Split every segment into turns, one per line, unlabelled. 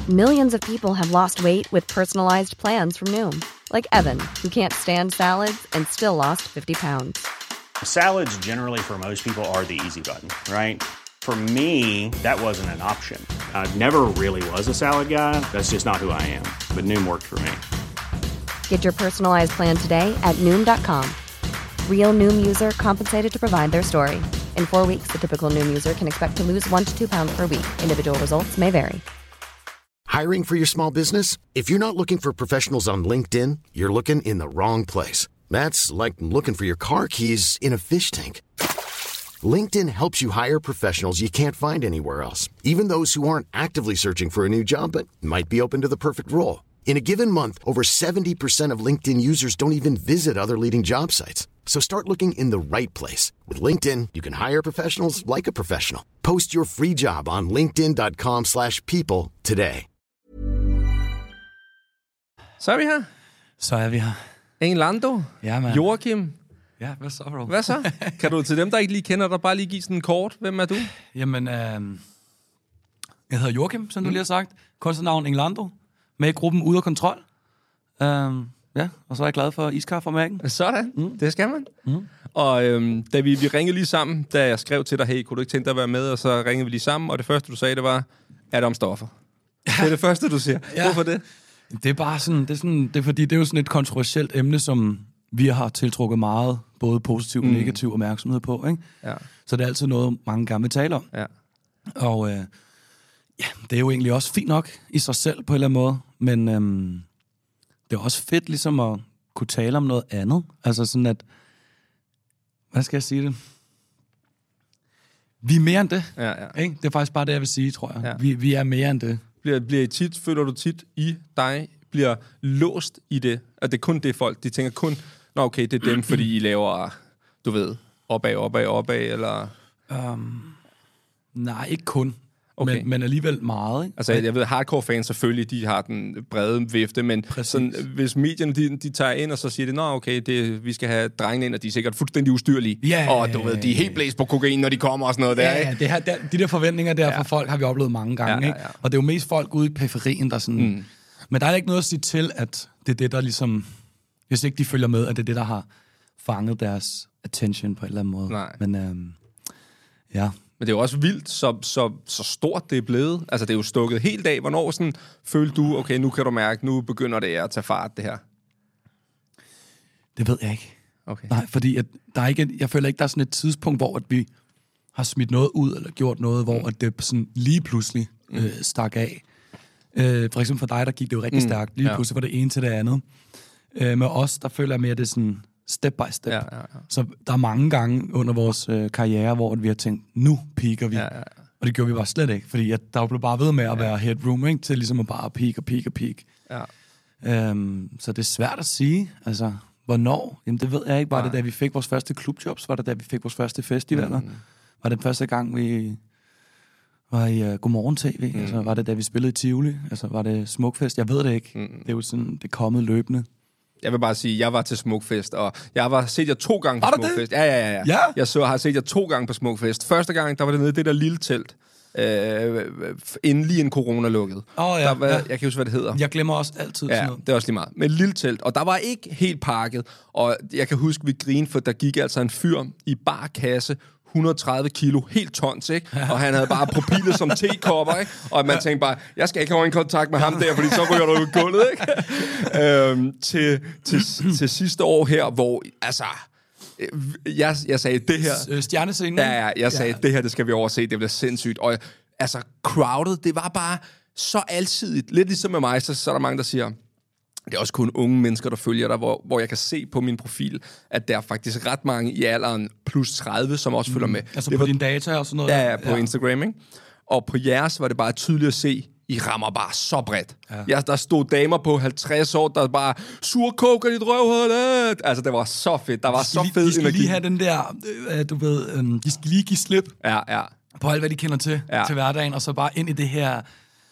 Millions of people have lost weight with personalized plans from Noom. Like Evan, who can't stand salads and still lost 50 pounds.
Salads generally for most people are the easy button, right? For me, that wasn't an option. I never really was a salad guy. That's just not who I am. But Noom worked for me.
Get your personalized plan today at Noom.com. Real Noom user compensated to provide their story. In 4 weeks, the typical Noom user can expect to lose 1 to 2 pounds per week. Individual results may vary.
Hiring for your small business? If you're not looking for professionals on LinkedIn, you're looking in the wrong place. That's like looking for your car keys in a fish tank. LinkedIn helps you hire professionals you can't find anywhere else, even those who aren't actively searching for a new job but might be open to the perfect role. In a given month, over 70% of LinkedIn users don't even visit other leading job sites. So start looking in the right place. With LinkedIn, you can hire professionals like a professional. Post your free job on linkedin.com/people today.
Så er vi her.
Så er vi her.
Enlando.
Ja, man.
Joachim.
Ja, hvad så, bro?
Hvad så? Kan du til dem, der ikke lige kender dig, bare lige give sådan en kort? Hvem er du?
Jamen, jeg hedder Joachim, som du lige har sagt. Kunstnernavn Enlando. Med i gruppen Ude af Kontrol. Ja, og så er jeg glad for iskaffe og mærken.
Sådan. Det skal man. Og da vi ringede lige sammen, da jeg skrev til dig, hey, kunne du ikke tænke dig at være med? Og så ringede vi lige sammen, og det første, du sagde, det var, er det om stoffer? Ja. Det er det første, du siger. Ja. Hvorfor det?
Det er bare sådan, det er fordi, det er jo sådan et kontroversielt emne, som vi har tiltrukket meget, både positiv og negativ opmærksomhed på, ikke? Ja. Så det er altid noget, mange gerne vil tale om. Ja. Og ja, det er jo egentlig også fint nok i sig selv på en eller anden måde, men det er også fedt ligesom at kunne tale om noget andet. Altså sådan at, hvad skal jeg sige det? Vi er mere end det. Ja. Ikke? Det er faktisk bare det, jeg vil sige, tror jeg. Ja. Vi er mere end det.
Føler du tit i dig, bliver låst i det? At det er kun det folk, de tænker kun, nå okay, det er dem, fordi I laver, du ved, opad, eller?
Nej, ikke kun.
Okay.
Men alligevel meget, ikke?
Altså, jeg ved, hardcore-fans selvfølgelig, de har den brede vifte, men sådan, hvis medierne, de tager ind, og så siger de, nå, okay, vi skal have drengene ind, og de er sikkert fuldstændig ustyrlige. Ja, og du ved, de er helt blæst på kokain, når de kommer og sådan noget der, ikke?
Ja, de der forventninger der fra folk har vi oplevet mange gange, ikke? Og det er jo mest folk ude i periferien, der sådan... Men der er ikke noget at sige til, at det er det, der ligesom... Hvis ikke de følger med, at det er det, der har fanget deres attention på en eller anden måde.
Nej.
Men ja...
Men det er jo også vildt, så stort det er blevet. Altså, det er jo stukket helt af. Hvornår sådan, følte du, okay, nu kan du mærke, nu begynder det at tage fart, det her?
Det ved jeg ikke.
Okay.
Nej, fordi jeg føler ikke, der er sådan et tidspunkt, hvor at vi har smidt noget ud, eller gjort noget, hvor at det sådan lige pludselig stak af. For eksempel for dig, der gik det jo rigtig stærkt. Lige pludselig var det ene til det andet. Med os, der føler jeg mere, det er sådan... step by step. Ja. Så der er mange gange under vores karriere, hvor vi har tænkt, nu peaker vi. Ja. Og det gjorde vi bare slet ikke, fordi at der blev bare ved med at være headroom, ikke? Til ligesom at bare peak. Ja. Så det er svært at sige, altså, hvornår? Jamen det ved jeg ikke. Var det da vi fik vores første klubjobs? Var det da vi fik vores første festivaler? Var det første gang, vi var i Godmorgen TV? Altså, var det da vi spillede i Tivoli? Altså, var det Smukfest? Jeg ved det ikke. Det er jo sådan, det er kommet løbende.
Jeg vil bare sige, jeg var til Smukfest, og jeg har set jer 2 gange på Smukfest. Ja. Jeg har set jer 2 gange på Smukfest. Første gang, der var det nede i det der lille telt, inden lige en corona lukkede. Jeg kan ikke huske, hvad det hedder.
Jeg glemmer også altid sådan noget.
Det er også lige meget. Men et lille telt, og der var ikke helt pakket, og jeg kan huske, vi grinede, for der gik altså en fyr i bar kasse, 130 kilo, helt tons, ikke? Og han havde bare profiler som tekopper, ikke? Og man tænkte bare, jeg skal ikke have en kontakt med ham der, fordi så ryger du ud i gulvet, ikke? Til sidste år her, hvor, altså... Jeg sagde, det her...
Stjernescenen?
Ja, jeg sagde, det her, det skal vi overse, det bliver sindssygt. Og altså, crowded, det var bare så alsidigt. Lidt ligesom med mig, så er der mange, der siger... Det er også kun unge mennesker, der følger dig, hvor jeg kan se på min profil, at der er faktisk ret mange i alderen plus 30, som også følger med.
Altså på dine data og sådan noget?
Ja, på Instagram, ikke? Og på jeres var det bare tydeligt at se, I rammer bare så bredt. Ja. Der stod damer på 50 år, der bare surkoker dit røvhul. Altså, det var så fedt. Der var så fed energi.
De skal lige have den der, du ved, de skal lige give slip på alt, hvad de kender til hverdagen, og så bare ind i det her...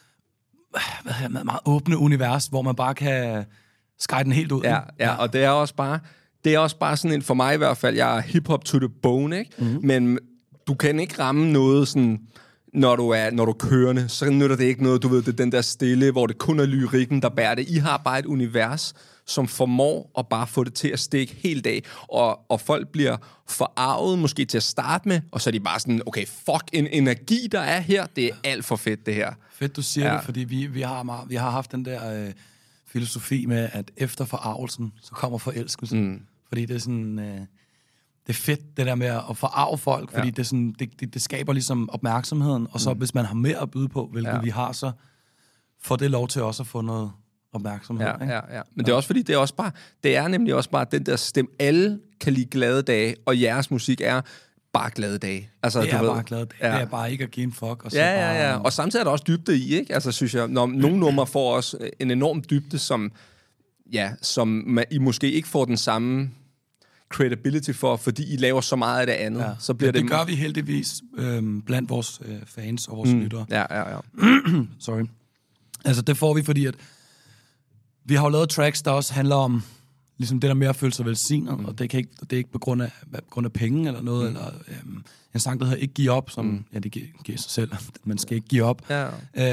meget åbne univers, hvor man bare kan skære den helt ud.
Ja, og det er også bare sådan en, for mig i hvert fald, jeg er hip-hop to the bone, ikke? Mm-hmm. Men du kan ikke ramme noget sådan når du er kørende, så nytter det ikke noget, du ved, det er den der stille, hvor det kun er lyrikken, der bærer det. I har bare et univers, som formår at bare få det til at stikke helt af, og folk bliver forarvet måske til at starte med, og så er de bare sådan, okay, fuck, en energi, der er her, det er alt for fedt, det her.
Fedt, du siger det, fordi vi har haft den der filosofi med, at efter forarvelsen, så kommer forelskelsen. Fordi det er sådan... det er fedt, det der med at forarve folk, fordi det, er sådan, det skaber ligesom opmærksomheden, og så hvis man har mere at byde på, hvilket vi har, så får det lov til også at få noget opmærksomhed. Ikke?
Ja. Men det er også fordi, det er nemlig også bare den der stemme. Alle kan lide glade dage, og jeres musik er bare glade dage. Altså,
det er bare glade dage. Det er bare ikke at give en fuck. Og så bare...
Og samtidig er der også dybde i, ikke? Altså, synes jeg, når nogle numre får også en enorm dybde, som I måske ikke får den samme credibility for, fordi I laver så meget af det andet.
Ja.
Så bliver
det gør vi heldigvis blandt vores fans og vores lyttere.
Ja.
Sorry. Altså, det får vi, fordi at vi har jo lavet tracks, der også handler om ligesom det der med at føle sig velsignet, og det er ikke på grund af penge eller noget, eller en sang, der hedder Ikke Give Op, som, det giver sig selv, man skal ikke give op.
Ja.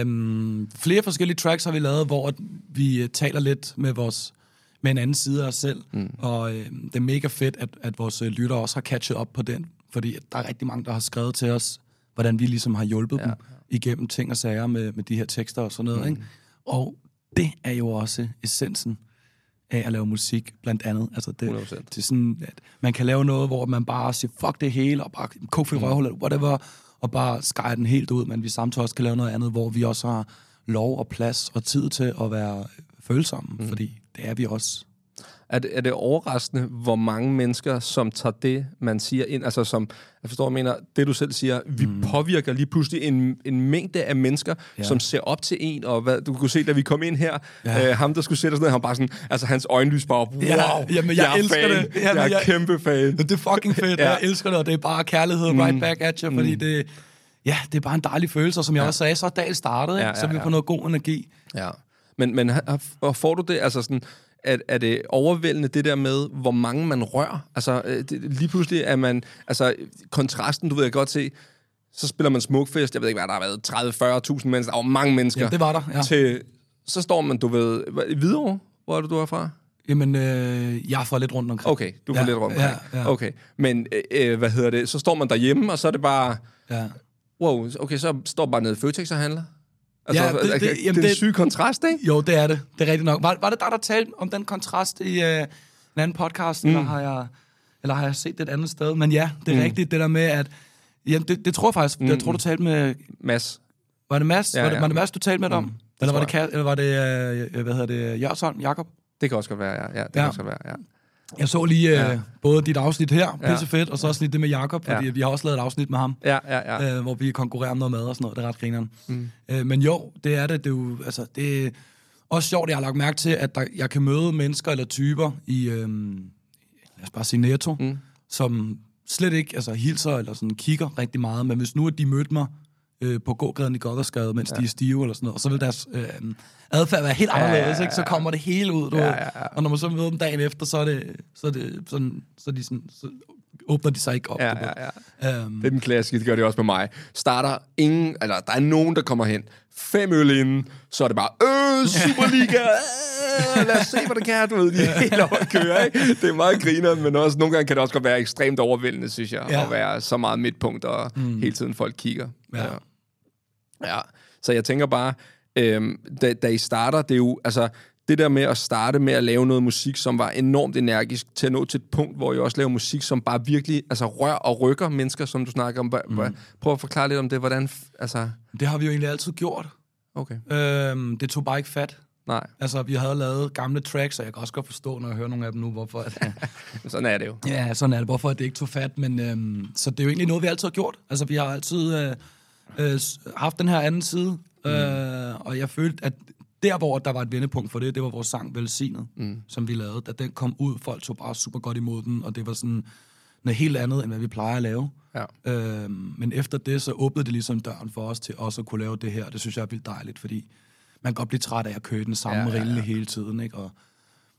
Flere forskellige tracks har vi lavet, hvor vi taler lidt med en anden side af os selv, og det er mega fedt, at vores lyttere også har catchet op på den, fordi der er rigtig mange, der har skrevet til os, hvordan vi ligesom har hjulpet dem igennem ting og sager med de her tekster og sådan noget, ikke? Og det er jo også essensen af at lave musik, blandt andet. Altså det er sådan, at man kan lave noget, hvor man bare siger, fuck det hele, og bare koge røvhul, eller whatever, og bare skære den helt ud, men vi samtidig også kan lave noget andet, hvor vi også har lov og plads og tid til at være følsomme, fordi det er vi også.
Er det overraskende, hvor mange mennesker, som tager det, man siger ind, altså som, jeg forstår, jeg mener, det du selv siger, vi påvirker lige pludselig en mængde af mennesker, som ser op til en, og hvad, du kunne se, da vi kom ind her, ham der skulle sætte os ned, han bare sådan, altså hans øjenlys bare, wow,
jeg elsker
fan.
det. Jamen,
jeg er kæmpe fan.
Det er fucking fedt, jeg elsker det, og det er bare kærlighed right back at you, fordi det er bare en dejlig følelse, og som jeg også sagde, så er dagen startet, så er vi på noget god energi.
Ja, men får du det, altså sådan, er det overvældende, det der med, hvor mange man rører? Altså, lige pludselig er man... Altså, kontrasten, du ved jeg godt se, så spiller man Smukfest, jeg ved ikke, hvad der har været, 30-40.000 mennesker, der var mange mennesker.
Ja, det var der, ja.
Så står man, du ved... I Hvidovre? Hvor er det, du er fra?
Jamen, jeg er fra lidt rundt omkring.
Okay, du er fra lidt rundt omkring. Ja. Okay, men så står man derhjemme, og så er det bare... Ja. Wow, okay, så står bare nede i Føtex og handler? Altså, det er en syg kontrast, ikke?
Jo, det er det. Det er rigtigt nok. Var det der talte om den kontrast i en anden podcast, eller har jeg set det et andet sted? Men ja, det er rigtigt, det der med, at... Jamen, det tror jeg faktisk. Jeg tror, du talte med...
Mads.
Var det Mads? Ja. Var det Mads, du talte med om? Eller var det, hvad hedder det, Jørgen, Jakob?
Det kan også godt være, ja. Det kan også godt være, ja.
Jeg så lige både dit afsnit her, pissefedt, og så også lige det med Jakob, fordi vi har også lavet et afsnit med ham, hvor vi konkurrerer om noget mad og sådan noget. Det er ret grineren. Men jo, det er det. Det er jo, altså, det er også sjovt, jeg har lagt mærke til, at jeg kan møde mennesker eller typer i, lad os bare sige Netto, som slet ikke hilser eller sådan kigger rigtig meget, men hvis nu at de mødte mig på gågaden i Gothersgade, mens de er stive eller sådan noget, og så vil deres adfærd være helt anderledes, ikke? Så kommer det hele ud, du ved. Og når man så møder dem dagen efter, så åbner de sig ikke op.
Det er den klassiske, det gør det også med mig. Starter ingen, eller der er nogen, der kommer hen, 5 øl inden, så er det bare, Superliga, lad os se, hvad det kan, du ved, de er helt over at køre, ikke? Det er meget grineren, men også nogle gange kan det også godt være ekstremt overvældende, synes jeg, at være så meget midtpunkt, og hele tiden folk kigger. Ja. Så jeg tænker bare, da I starter, det er jo, altså, det der med at starte med at lave noget musik, som var enormt energisk, til at nå til et punkt, hvor I også laver musik, som bare virkelig rører og rykker mennesker, som du snakker om. Prøv at forklare lidt om det, hvordan... Altså...
Det har vi jo egentlig altid gjort.
Okay.
Det tog bare ikke fat.
Nej.
Altså, vi havde lavet gamle tracks, og jeg kan også godt forstå, når jeg hører nogle af dem nu, hvorfor...
Sådan er det jo.
Ja, sådan er det. Hvorfor det ikke tog fat, men... så det er jo egentlig noget, vi altid har gjort. Altså, vi har altid haft den her anden side, og jeg følte, at der, hvor der var et vendepunkt for det var vores sang Velsignet, som vi lavede. Da den kom ud, folk tog bare super godt imod den, og det var sådan noget helt andet, end hvad vi plejer at lave. Ja. Men efter det, så åbnede det ligesom døren for os til også at kunne lave det her. Det synes jeg er vildt dejligt, fordi man kan godt blive træt af at køre den samme rille hele tiden, ikke? Og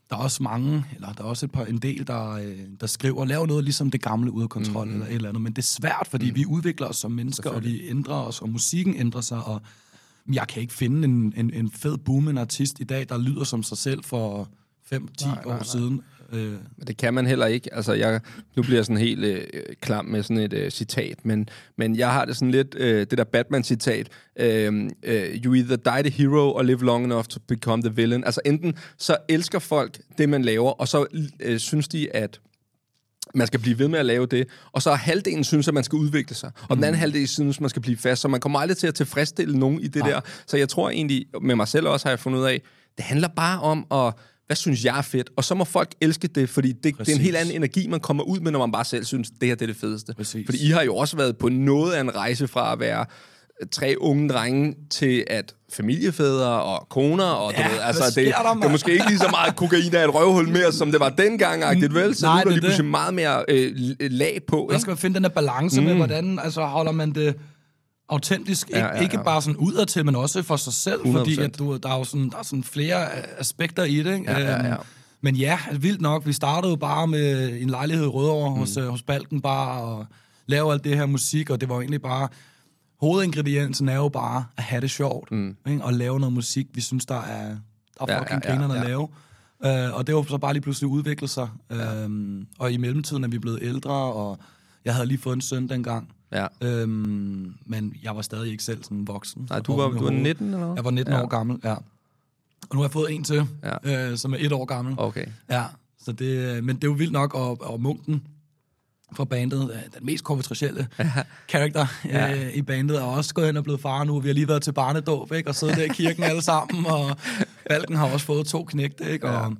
der er også mange, eller der er også en del, der skriver, lav noget ligesom det gamle ude af kontrol, eller et eller andet. Men det er svært, fordi vi udvikler os som mennesker, og vi ændrer os, og musikken ændrer sig, og jeg kan ikke finde en fed boomende artist i dag, der lyder som sig selv for 5-10 år siden.
Det kan man heller ikke. Altså, nu bliver jeg sådan helt klam med sådan et citat, men jeg har det sådan lidt, det der Batman-citat, you either die the hero or live long enough to become the villain. Altså enten så elsker folk det, man laver, og så synes de, at man skal blive ved med at lave det, og så halvdelen synes, at man skal udvikle sig, og den anden halvdel synes, man skal blive fast, så man kommer aldrig til at tilfredsstille nogen i det der. Så jeg tror egentlig, med mig selv også har jeg fundet ud af, det handler bare om at hvad synes jeg er fedt? Og så må folk elske det, fordi det er en helt anden energi, man kommer ud med, når man bare selv synes, det her det er det fedeste. Præcis. Fordi I har jo også været på noget af en rejse fra at være 3 unge drenge til at familiefædre og koner, og du ved, altså det er måske ikke lige så meget kokain af et røvhul mere, som det var dengang-agtigt, vel? Så nu er der lige pludselig meget mere lag på.
Der skal man finde den der balance med, hvordan altså, holder man det autentisk, ikke bare sådan udadtil, men også for sig selv, 100%. Fordi at der er jo sådan flere aspekter i det. Ikke? Men ja, vildt nok, vi startede jo bare med en lejlighed i Rødovre hos Balken bare, og lave alt det her musik, og det var jo egentlig bare, hovedingrediensen er jo bare at have det sjovt, ikke? Og lave noget musik, vi synes, der er fucking grinerne at lave. Og det var så bare lige pludselig udviklet sig. Og i mellemtiden er vi blevet ældre, og jeg havde lige fået en søn dengang. Ja. Men jeg var stadig ikke selv sådan voksen.
Nej, du var 19 eller hvad?
Jeg var 19 år gammel, ja. Og nu har jeg fået en til, som er 1 år gammel.
Okay.
Ja, så men det er jo vildt nok, og Munken fra bandet, den mest kontroversielle karakter i bandet, er også gået hen og blevet far nu. Vi har lige været til barnedåb, ikke? Og siddet der i kirken alle sammen, og Balken har også fået 2 knægte, ikke? Og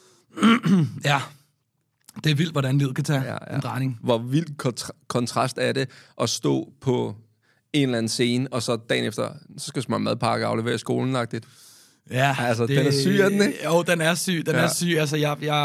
det er vildt, hvordan livet kan tage en drejning.
Hvor vildt kontrast er det at stå på en eller anden scene, og så dagen efter, så skal man madpakke aflevere i skolen-agtigt.
Ja.
Altså, den er syg, er den ikke?
Jo, den er syg. Den er syg. Altså,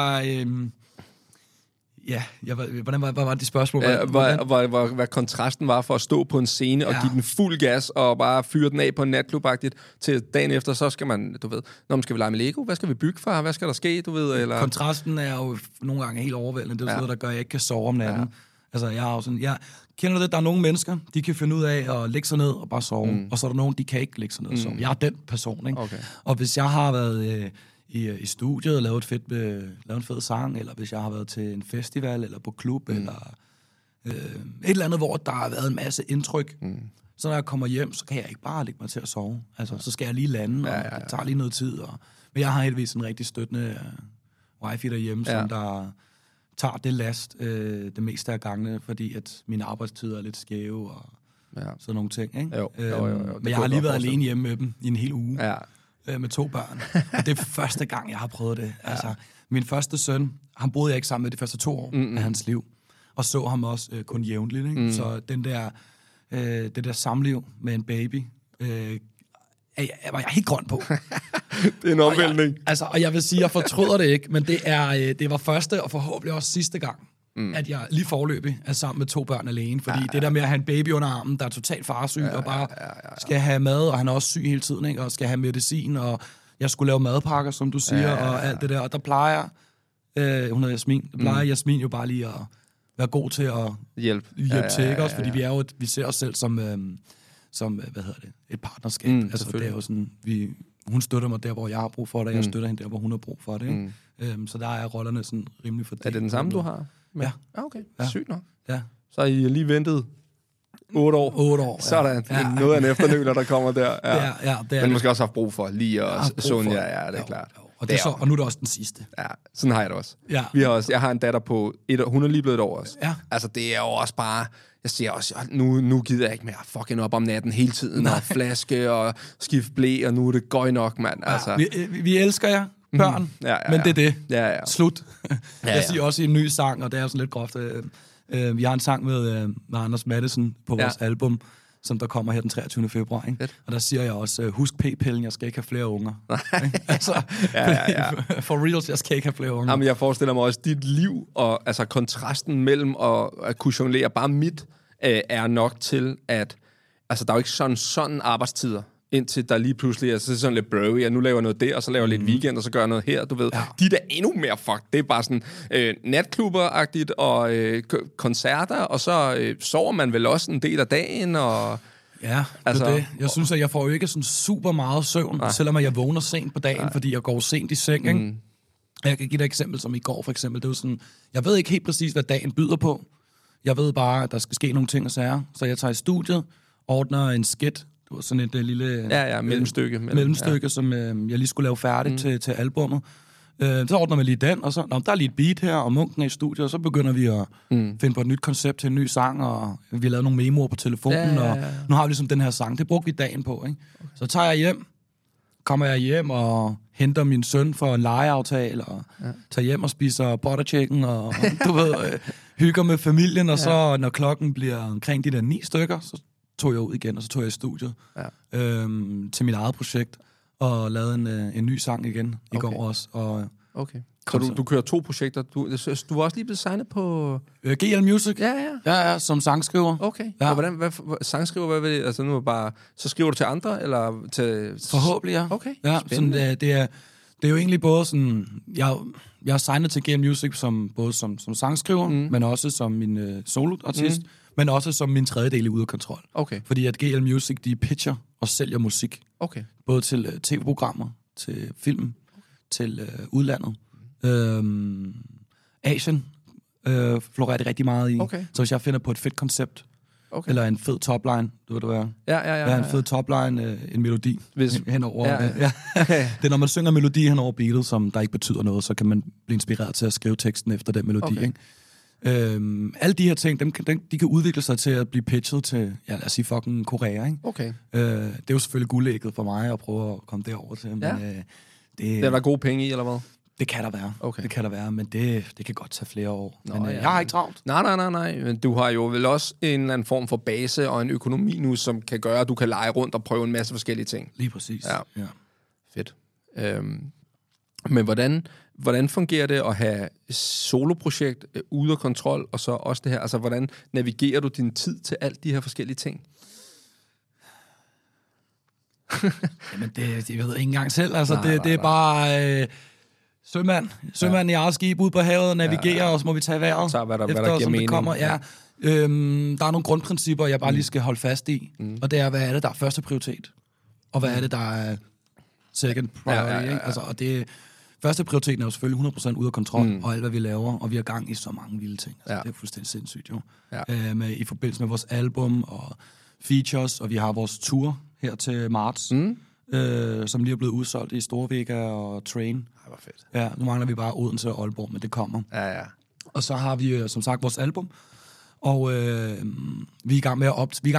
hvad var det spørgsmål?
Hvad kontrasten var for at stå på en scene og give den fuld gas og bare fyre den af på en natklub-agtigt, til dagen efter, så skal man, du ved, skal vi lege med Lego? Hvad skal vi bygge for? Hvad skal der ske? Du ved, eller?
Kontrasten er jo nogle gange helt overvældende. Det er sådan noget, der gør, at jeg ikke kan sove om natten. Altså, jeg har jo sådan, kender det, der er nogle mennesker, de kan finde ud af at lægge sig ned og bare sove, og så er der nogen, de kan ikke lægge sig ned og sove. Jeg er den person, ikke? Okay. Og hvis jeg har været i studiet og lavet en fed sang, eller hvis jeg har været til en festival, eller på klub, eller et eller andet, hvor der har været en masse indtryk, så når jeg kommer hjem, så kan jeg ikke bare lægge mig til at sove. Altså, så skal jeg lige lande, og det tager lige noget tid. Men jeg har heldigvis en rigtig støttende wifi derhjemme, som der tager det last det meste af gangene, fordi at mine arbejdstider er lidt skæve, og sådan nogle ting. Ikke?
Jo,
men jeg har lige været alene hjemme med dem i en hel uge. Med 2 børn. Og det er første gang, jeg har prøvet det. Altså, min første søn, han boede jeg ikke sammen med de første 2 år af hans liv. Og så ham også kun jævnligt. Ikke? Så det der samliv med en baby, var jeg helt grøn på.
Det er en omvæltning.
Og jeg vil sige, jeg fortryder det ikke, men det var første og forhåbentlig også sidste gang, at jeg lige forløbig er sammen med 2 børn alene. Fordi det der med at have en baby under armen, der er totalt farsyg, og bare skal have mad, og han er også syg hele tiden, ikke? Og skal have medicin, og jeg skulle lave madpakker, som du siger, og alt det der. Og der plejer, hun hedder Jasmin, Jasmin jo bare lige at være god til at hjælpe til, ikke også? Fordi vi ser os selv som et partnerskab. Det er jo sådan, hun støtter mig der, hvor jeg har brug for det, og jeg støtter hende der, hvor hun har brug for det. Ikke? Så der er rollerne sådan rimelig fordelt.
Er det den samme, du har?
Ja.
Okay, sygt nok.
Ja.
Så har I lige ventet 8 år.
8 år,
Sådan. Noget af en efternøler, der kommer der.
Det er
men måske også haft brug for lige at sunde. Det er klart.
Og nu er det også den sidste.
Ja, sådan har jeg det også.
Ja.
Jeg har en datter på 1 år. Hun er lige blevet 1 år også. Ja. Altså, det er jo også bare... Jeg siger også, nu gider jeg ikke mere fucking op om natten hele tiden, og flaske, og skifte blæ, og nu er det gøj nok, mand. Altså.
Vi elsker jer, børn, men det er det.
Ja.
Slut. Jeg siger også i en ny sang, og det er jo sådan lidt groft. Vi har en sang med Anders Madsen på vores album, som der kommer her den 23. februar. Ikke? Og der siger jeg også, husk p-pillen, jeg skal ikke have flere unger. For reals, jeg skal ikke have flere unger.
Jamen, jeg forestiller mig også, dit liv, og altså kontrasten mellem at kunne jonglere bare mit, er nok til, at altså, der er jo ikke sådan arbejdstider indtil der lige pludselig er sådan lidt broy, og nu laver jeg noget der, og så laver jeg lidt weekend, og så gør jeg noget her, du ved. Ja. De er da endnu mere fuck. Det er bare sådan natklubber-agtigt, og koncerter, og så sover man vel også en del af dagen, og...
Ja, altså, det. Jeg synes, at jeg får jo ikke sådan super meget søvn, selvom jeg vågner sent på dagen, fordi jeg går sent i seng, ikke? Jeg kan give dig et eksempel, som i går for eksempel. Det var sådan, jeg ved ikke helt præcis, hvad dagen byder på. Jeg ved bare, at der skal ske nogle ting og sager. Så jeg tager i studiet, ordner en skit. Det var sådan et lille... mellemstykke, som jeg lige skulle lave færdigt til albummet. Så ordner vi lige den, og så... der er lige et beat her, og Munken er i studiet, og så begynder vi at finde på et nyt koncept til en ny sang, og vi har lavet nogle memoer på telefonen, og nu har vi ligesom den her sang. Det brugte vi dagen på, ikke? Okay. Så tager jeg hjem, kommer jeg hjem og henter min søn for en legeaftale, og tager hjem og spiser butter chicken, og du ved, hygger med familien, og så når klokken bliver omkring de der 9 stykker, så tog jeg ud igen, og så tog jeg i studiet til mit eget projekt, og lavede en ny sang igen i går også. Og
okay. Så du kører 2 projekter. Du var også lige blevet signet på...
GL Music.
Ja,
som sangskriver.
Okay. Ja. Og hvad sangskriver, hvad vil det? Altså nu bare... Så skriver du til andre, eller til...
Forhåbentlig, ja.
Okay,
ja, sådan, det er jo egentlig både sådan... Jeg har signet til GL Music både som sangskriver, men også som min soloartist, men også som min tredjedel i Ude af Kontrol. Okay. Fordi at GL Music, de pitcher og sælger musik. Okay. Både til tv-programmer, til film, til udlandet. Asien florerer det rigtig meget i. Okay. Så hvis jeg finder på et fedt koncept, eller en fed topline, du ved hvad? Ja, en fed topline, en melodi henover. Ja. Det er, når man synger en melodi henover beatet, som der ikke betyder noget, så kan man blive inspireret til at skrive teksten efter den melodi, ikke? Alle de her ting, de kan udvikle sig til at blive pitchet til, lad os sige fucking Korea, ikke? Okay. Det er jo selvfølgelig guldægget for mig at prøve at komme derover til, men
det er der gode penge i, eller hvad?
Det kan der være. Okay. Det kan der være, men det kan godt tage flere år. Men jeg har ikke travlt.
Nej. Men du har jo vel også en eller anden form for base og en økonomi nu, som kan gøre, at du kan lege rundt og prøve en masse forskellige ting.
Lige præcis. Ja.
Fedt. Men hvordan fungerer det at have soloprojekt Ude af Kontrol, og så også det her? Altså, hvordan navigerer du din tid til alt de her forskellige ting?
Jamen, det jeg ved ikke engang selv. Altså, det er bare sømand i eget skib ud på havet, navigerer, og så må vi tage vejret.
Så hvad der giver mening.
Kommer. Ja. Der er nogle grundprincipper, jeg bare lige skal holde fast i. Og det er, hvad er det, der er første prioritet? Og hvad er det, der er second priority? Ikke? Altså, og det første prioriteten er jo selvfølgelig 100% ude af kontrol, og alt, hvad vi laver, og vi har gang i så mange vilde ting. Altså, det er fuldstændig sindssygt, jo. Ja. I forbindelse med vores album og features, og vi har vores tour her til marts, som lige er blevet udsolgt i Storvega og Train.
Hvor fedt.
Ja, nu mangler vi bare Odense og Aalborg, men det kommer.
Ja.
Og så har vi, som sagt, vores album, og vi er i gang med vi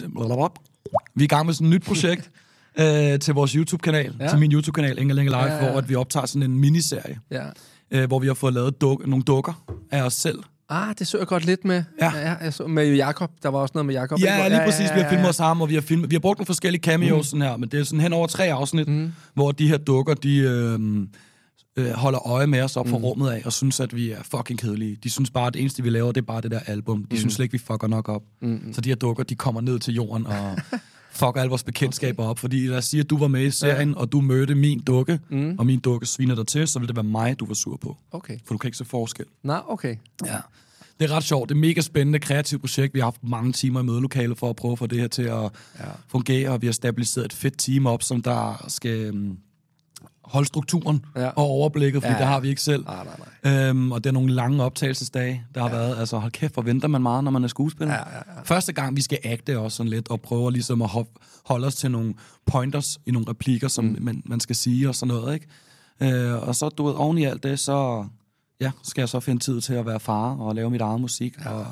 er i gang med sådan et nyt projekt, til vores YouTube-kanal, til min YouTube-kanal, Inger Længe Live, hvor at vi optager sådan en miniserie, hvor vi har fået lavet nogle dukker af os selv.
Det så jeg godt lidt med. Ja, jeg så med Jakob. Der var også noget med Jakob.
Ja, lige præcis. Vi har filmet os sammen, og vi har brugt nogle forskellige cameos sådan her, men det er sådan hen over 3 afsnit, hvor de her dukker, de holder øje med os op fra rummet af, og synes, at vi er fucking kedelige. De synes bare, at det eneste, vi laver, det er bare det der album. De synes slet ikke, vi fucker nok op. Så de her dukker, de kommer ned til jorden og fucker alle vores bekendtskaber op. Fordi lad os sige, at du var med i serien, og du mødte min dukke, og min dukke sviner dig til, så vil det være mig, du var sur på. Okay. For du kan ikke se forskel.
Nej, okay.
Ja. Det er ret sjovt. Det er mega spændende, kreativt projekt. Vi har haft mange timer i mødelokalet for at prøve at få det her til at fungere, og vi har stabiliseret et fedt team op, som der skal holde strukturen og overblikket, fordi det har vi ikke selv. Og det er nogle lange optagelsesdage, der har været. Altså, hold kæft, hvor venter man meget, når man er skuespiller. Første gang, vi skal acte også sådan lidt, og prøve ligesom at holde os til nogle pointers i nogle replikker, som man skal sige og sådan noget, ikke? Og så, du ved, oven i alt det, så skal jeg så finde tid til at være far og lave mit eget musik. Og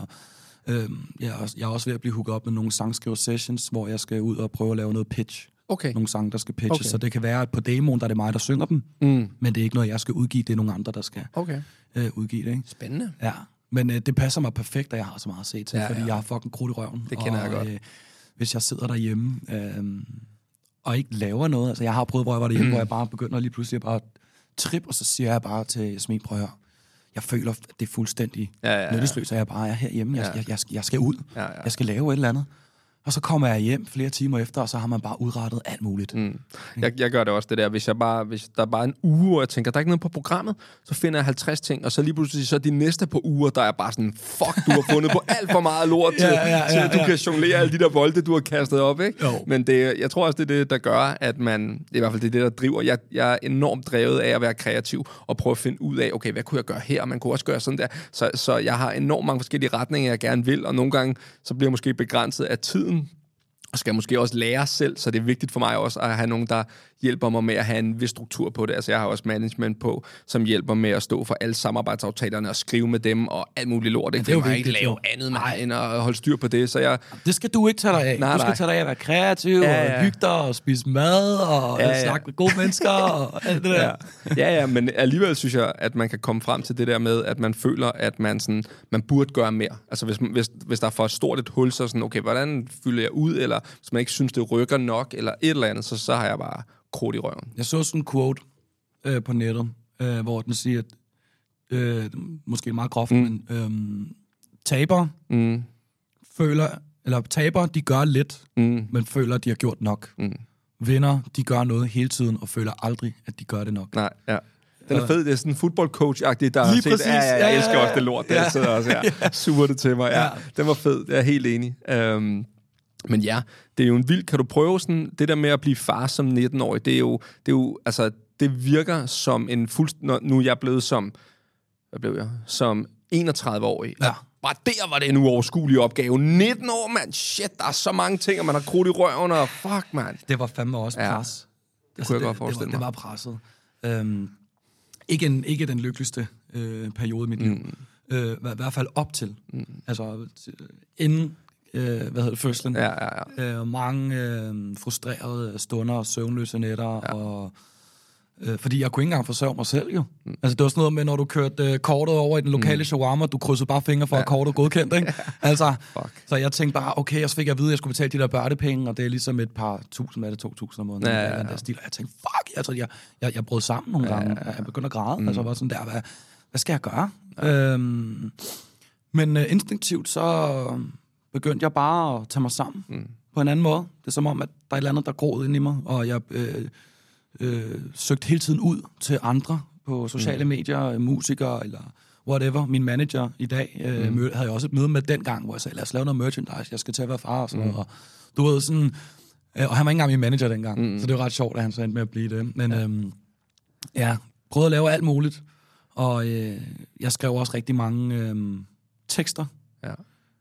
jeg er også ved at blive hooket op med nogle sangskriver-sessions, hvor jeg skal ud og prøve at lave noget pitch. Okay. Nogle sange, der skal pitches. Så det kan være, at på demoen, der er det mig, der synger dem. Men det er ikke noget, jeg skal udgive. Det er nogle andre, der skal udgive det. Ikke?
Spændende.
Ja, men det passer mig perfekt, at jeg har så meget at se til, fordi jeg har fucking krudt i røven.
Det kender jeg godt.
Hvis jeg sidder derhjemme og ikke laver noget. Altså, jeg har prøvet, hvor jeg var derhjemme, hvor jeg bare begynder lige pludselig at bare trip, og så siger jeg bare til Jasmin, prøv at høre, jeg føler, at det er fuldstændig nyttesløst, at jeg bare er herhjemme. Jeg skal ud. Jeg skal lave et eller andet. Og så kommer jeg hjem flere timer efter, og så har man bare udrettet alt muligt.
Jeg gør det også, det der. Hvis der er bare en uge, og jeg tænker, der er ikke noget på programmet, så finder jeg 50 ting, og så lige pludselig så de næste på uger, der er bare sådan, fuck, du har fundet på alt for meget lort til, at du kan jonglere alle de der bolde, du har kastet op, ikke? Jo. Men jeg tror også, det er det, der gør, at man, det er i hvert fald det, der driver. Jeg er enormt drevet af at være kreativ, og prøve at finde ud af, okay, hvad kunne jeg gøre her? Man kunne også gøre sådan der. Så jeg har enormt mange forskellige retninger, jeg gerne vil, og nogle gange, så bliver jeg måske begrænset af tiden, og skal måske også lære selv, så det er vigtigt for mig også at have nogen, der hjælper mig med at have en vis struktur på det. Altså jeg har også management på, som hjælper med at stå for alle samarbejdsaftalerne og skrive med dem og alt muligt lort. Det er jo ikke lave andet end at holde styr på det. Så det
skal du ikke tage dig af. Du skal tage dig af at være kreativ og hygge dig og spise mad og snakke med gode mennesker og alt det der.
Ja, men alligevel synes jeg, at man kan komme frem til det der med, at man føler, at man burde gøre mere. Altså hvis der er for et stort et hul, så sådan, okay, hvordan fylder jeg ud, eller hvis man ikke synes, det rykker nok, eller et eller andet, så har jeg bare krudt i røven.
Jeg så sådan en quote på nettet, hvor den siger, at måske meget groft, men tabere de gør lidt, men føler, at de har gjort nok. Vinder, de gør noget hele tiden, og føler aldrig, at de gør det nok.
Nej, ja. Den er fed, det er sådan en fodboldcoach-agtig, der har set, jeg elsker også det lort, der sidder også her. Suger det til mig, ja. Den var fed, jeg er helt enig. Men ja, det er jo en vild. Kan du prøve sådan, det der med at blive far som 19-årig, det er jo, altså, det virker som en nu er jeg blevet som, hvad blev jeg? Som 31-årig. Ja. Bare der var det en uoverskuelig opgave. 19 år, mand. Shit, der er så mange ting, og man har krudt i røven, og fuck, mand.
Det var fandme også pres.
Det kunne jeg godt forestille mig.
Det var presset. Ikke den lykkeligste periode i mit liv. I hvert fald op til. Altså, inden fødslen. Mange frustrerede stunder og søvnløse nætter, og fordi jeg kunne ikke engang forsørge mig selv, jo. Altså, det var sådan noget med, når du kørte kortet over i den lokale shawarma, du krydsede bare fingre for at kortet godkendt, ikke? Altså, så jeg tænkte bare, okay, og så fik jeg at vide, at jeg skulle betale de der børnepenge, og det er ligesom et par tusind, eller 2.000 om måneden. Der stil. Og jeg tænkte, fuck, altså, jeg brød sammen nogle gange. Jeg begyndte at græde. Altså, var sådan der, hvad skal jeg gøre? Men instinktivt, så begyndte jeg bare at tage mig sammen på en anden måde. Det er som om, at der er et eller andet, der groede ind i mig, og jeg søgte hele tiden ud til andre på sociale medier, musikere eller whatever. Min manager i dag havde jeg også et møde med dengang, hvor jeg sagde, lad os lave noget merchandise, jeg skal til at være far og sådan noget. Og du ved sådan, og han var ikke engang min manager dengang, så det var ret sjovt, at han så endte med at blive det. Men prøvede at lave alt muligt, og jeg skrev også rigtig mange tekster.
Ja.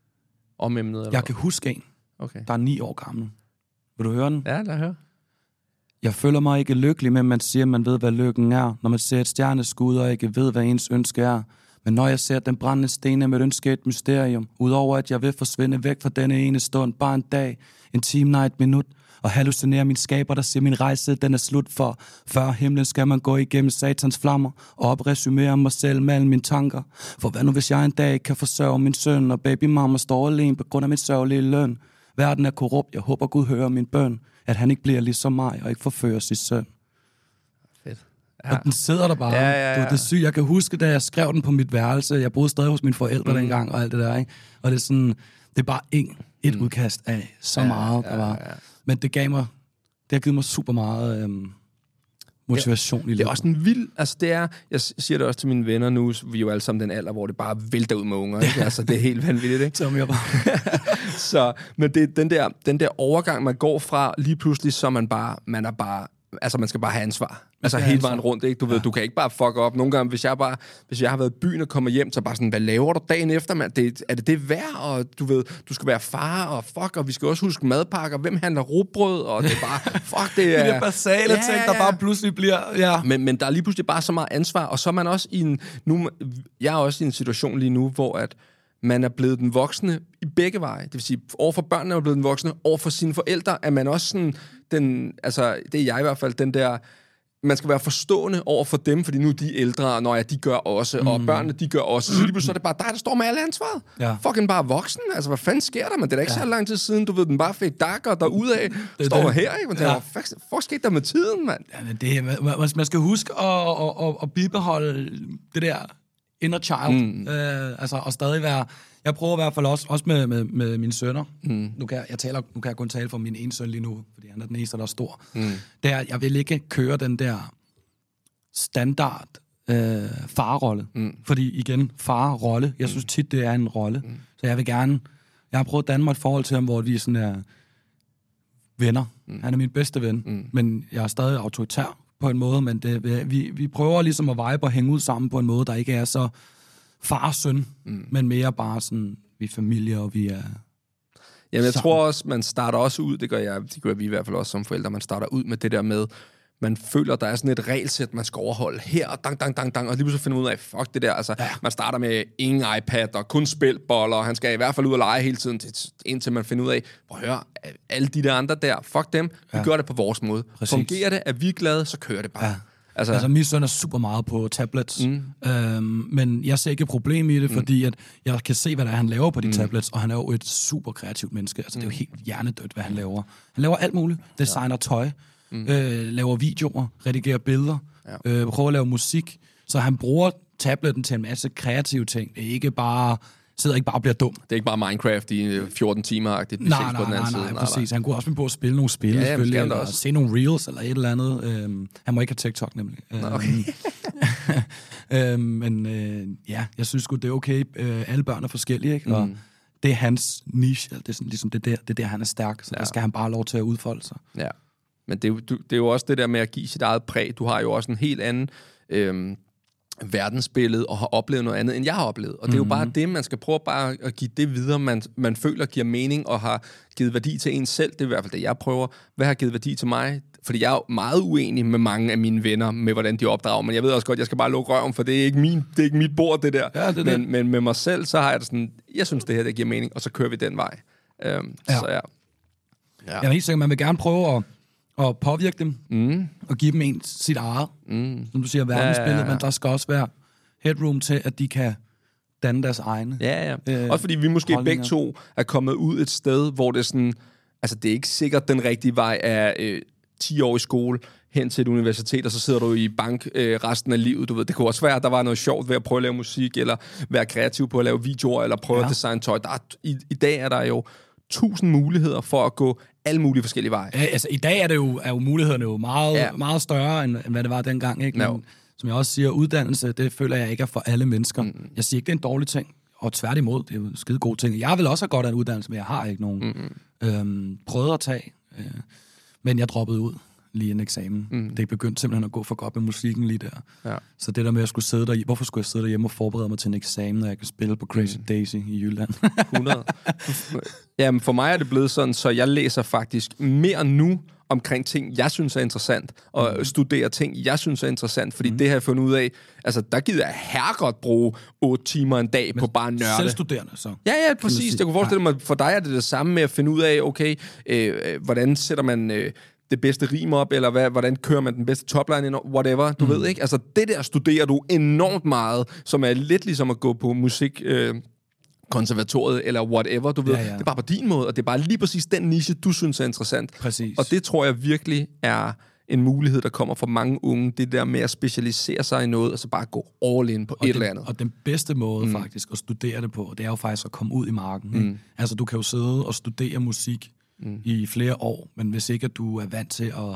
Om emnet, eller
jeg kan huske en, der er 9 år gammel. Vil du høre den?
Ja, lad høre.
Jeg føler mig ikke lykkelig, men man siger, man ved, hvad lykken er. Når man ser et stjerneskud, og ikke ved, hvad ens ønske er. Men når jeg ser den brændende sten, er mit ønske et mysterium. Udover at jeg vil forsvinde væk fra denne ene stund. Bare en dag, en time, nej, et minut. Og hallucinere min skaber, der siger, min rejse, den er slut for. Før himlen skal man gå igennem satans flammer. Og opresumere mig selv mellem mine tanker. For hvad nu, hvis jeg en dag kan forsørge min søn, og babymamma står alene på grund af min sørgelige løn. Verden er korrupt, jeg håber Gud hører min bøn. At han ikke bliver ligesom mig, og ikke forfører sin søn.
Fedt.
Ja. Og den sidder der bare. Ja. Det er sygt. Jeg kan huske, da jeg skrev den på mit værelse. Jeg boede stadig hos mine forældre dengang, og alt det der, ikke? Og det er sådan, det er bare et udkast af så meget, der var. Ja. Men det har givet mig super meget motivation i livet.
Det er også en vild, altså det er, jeg siger det også til mine venner nu, vi er jo alle sammen den alder, hvor det bare vælter ud med unger, ikke? Altså det er helt vanvittigt, ikke?
Som jeg bare.
Så, men det er den der overgang, man går fra lige pludselig, så man er bare, altså man skal bare have ansvar. Altså hele vejen rundt, ikke? Du ved, du kan ikke bare fuck op. Nogle gange, hvis jeg har været i byen og kommer hjem, så bare sådan, hvad laver du dagen efter, mand? Er det værd? Og du ved, du skal være far, og fuck, og vi skal også huske madpakker. Hvem handler rugbrød? Og det er bare, fuck, det er...
Det er basale ting, der bare pludselig bliver... Ja.
Men der er lige pludselig bare så meget ansvar, og så er man også jeg er også i en situation lige nu, hvor at man er blevet den voksne i begge veje. Det vil sige, overfor børnene er man blevet den voksne, overfor sine forældre er man også sådan, det er jeg i hvert fald, den der, man skal være forstående over for dem, fordi nu er de ældre, og de gør også, og børnene, de gør også. Så lige pludselig er det bare dig, der står med alle ansvaret. Ja. Fucking bare voksen. Altså, hvad fanden sker der? Men det er da ikke så lang tid siden, du ved, den bare fik dakker derudad, står her, ikke? Man tænker, hvad skete der med tiden, mand?
Ja, man skal huske at bibeholde det der inner child, altså og stadig være Jeg prøver i hvert fald også med mine sønner. Nu kan jeg kun tale for min ene søn lige nu, fordi han er den eneste, der er stor. Det er, jeg vil ikke køre den der standard farrolle. Fordi igen, farrolle. Jeg synes tit, det er en rolle. Så jeg vil gerne... Jeg har prøvet at danne mig et forhold til ham, hvor vi sådan er venner. Han er min bedste ven, men jeg er stadig autoritær på en måde, men vi prøver ligesom at vibe og hænge ud sammen på en måde, der ikke er så far og søn, men mere bare sådan, vi er familie, og vi er...
Jamen, jeg tror også, man starter også ud, det gør vi i hvert fald også som forældre, man starter ud med det der med, man føler, der er sådan et regelsæt, man skal overholde her, og dang, og lige pludselig finder man ud af, fuck det der, altså, man starter med ingen iPad, og kun spilboller, og han skal i hvert fald ud og lege hele tiden, indtil man finder ud af, prøv at høre, alle de der andre der, fuck dem, vi gør det på vores måde. Præcis. Fungerer det, er vi glade, så kører det bare. Ja.
Altså min søn er super meget på tablets, men jeg ser ikke et problem i det, fordi at jeg kan se, hvad der er, han laver på de tablets, og han er jo et super kreativt menneske. Altså, det er jo helt hjernedødt, hvad han laver. Han laver alt muligt. Designer tøj, laver videoer, redigerer billeder, prøver at lave musik. Så han bruger tabletten til en masse kreative ting. Det er ikke bare... sidder ikke bare og bliver dum.
Det er ikke bare Minecraft i 14 timer-agtigt.
Nej, præcis. Han kunne også finde på at spille nogle spil, selvfølgelig, eller se nogle reels, eller et eller andet. Han må ikke have TikTok, nemlig.
Okay.
Men jeg synes sgu, det er okay. Alle børn er forskellige, ikke? Og det er hans niche. Det er sådan, ligesom det er der, han er stærk. Så der skal han bare have lov til at udfolde sig. Ja,
men det er jo også det der med at give sit eget præg. Du har jo også en helt anden... verdensbillede og har oplevet noget andet, end jeg har oplevet. Og det er jo bare det, man skal prøve bare at give det videre, man føler giver mening og har givet værdi til en selv. Det er i hvert fald det, jeg prøver. Hvad har givet værdi til mig? Fordi jeg er jo meget uenig med mange af mine venner med, hvordan de opdrager. Men jeg ved også godt, jeg skal bare lukke røven, for det er ikke mit bord, det der. Ja, men med mig selv, så har jeg det sådan, jeg synes, det her det giver mening, og så kører vi den vej. Så ja.
Jeg er helt sikker, man vil gerne prøve at påvirke dem, og give dem sit eget, som du siger, verdensbillede, men der skal også være headroom til, at de kan danne deres egne.
Ja. Også fordi vi måske begge to er kommet ud et sted, hvor det er sådan, altså det er ikke sikkert den rigtige vej er 10 år i skole, hen til et universitet, og så sidder du i bank resten af livet. Du ved, det kunne også være, at der var noget sjovt ved at prøve at lave musik, eller være kreativ på at lave videoer, eller prøve at designe tøj. I dag er der jo 1000 muligheder for at gå alle mulige forskellige veje.
Altså, i dag er jo mulighederne jo meget større, end hvad det var dengang, ikke? Men, som jeg også siger, uddannelse, det føler jeg ikke er for alle mennesker. Jeg siger ikke, det er en dårlig ting, og tværtimod, det er jo en skide god ting. Jeg vil også have godt af en uddannelse, men jeg har ikke nogen prøvet at tage, men jeg droppede ud lige en eksamen. Det begyndte simpelthen at gå for godt med musikken lige der. Ja. Så det der med, at jeg skulle sidde der, hvorfor skulle jeg sidde derhjemme og forberede mig til en eksamen, når jeg kan spille på Crazy Daisy i Jylland?
100. Jamen, for mig er det blevet sådan, så jeg læser faktisk mere nu omkring ting, jeg synes er interessant, og studerer ting, jeg synes er interessant, fordi det har jeg fundet ud af, altså, der gider jeg herregodt bruge 8 timer en dag på bare nørde.
Selvstuderende, så.
Ja, præcis. Jeg kunne forestille mig, for dig er det samme med at finde ud af, okay, hvordan sætter man... det bedste rim op, eller hvordan kører man den bedste topline ind, whatever, du ved ikke? Altså, det der studerer du enormt meget, som er lidt ligesom at gå på musik... konservatoriet, eller whatever, du ved. Ja. Det er bare på din måde, og det er bare lige præcis den niche, du synes er interessant.
Præcis.
Og det tror jeg virkelig er en mulighed, der kommer for mange unge, det der med at specialisere sig i noget, og så bare gå all in på et eller andet.
Og den bedste måde faktisk at studere det på, det er jo faktisk at komme ud i marken. Altså, du kan jo sidde og studere musik i flere år, men hvis ikke at du er vant til at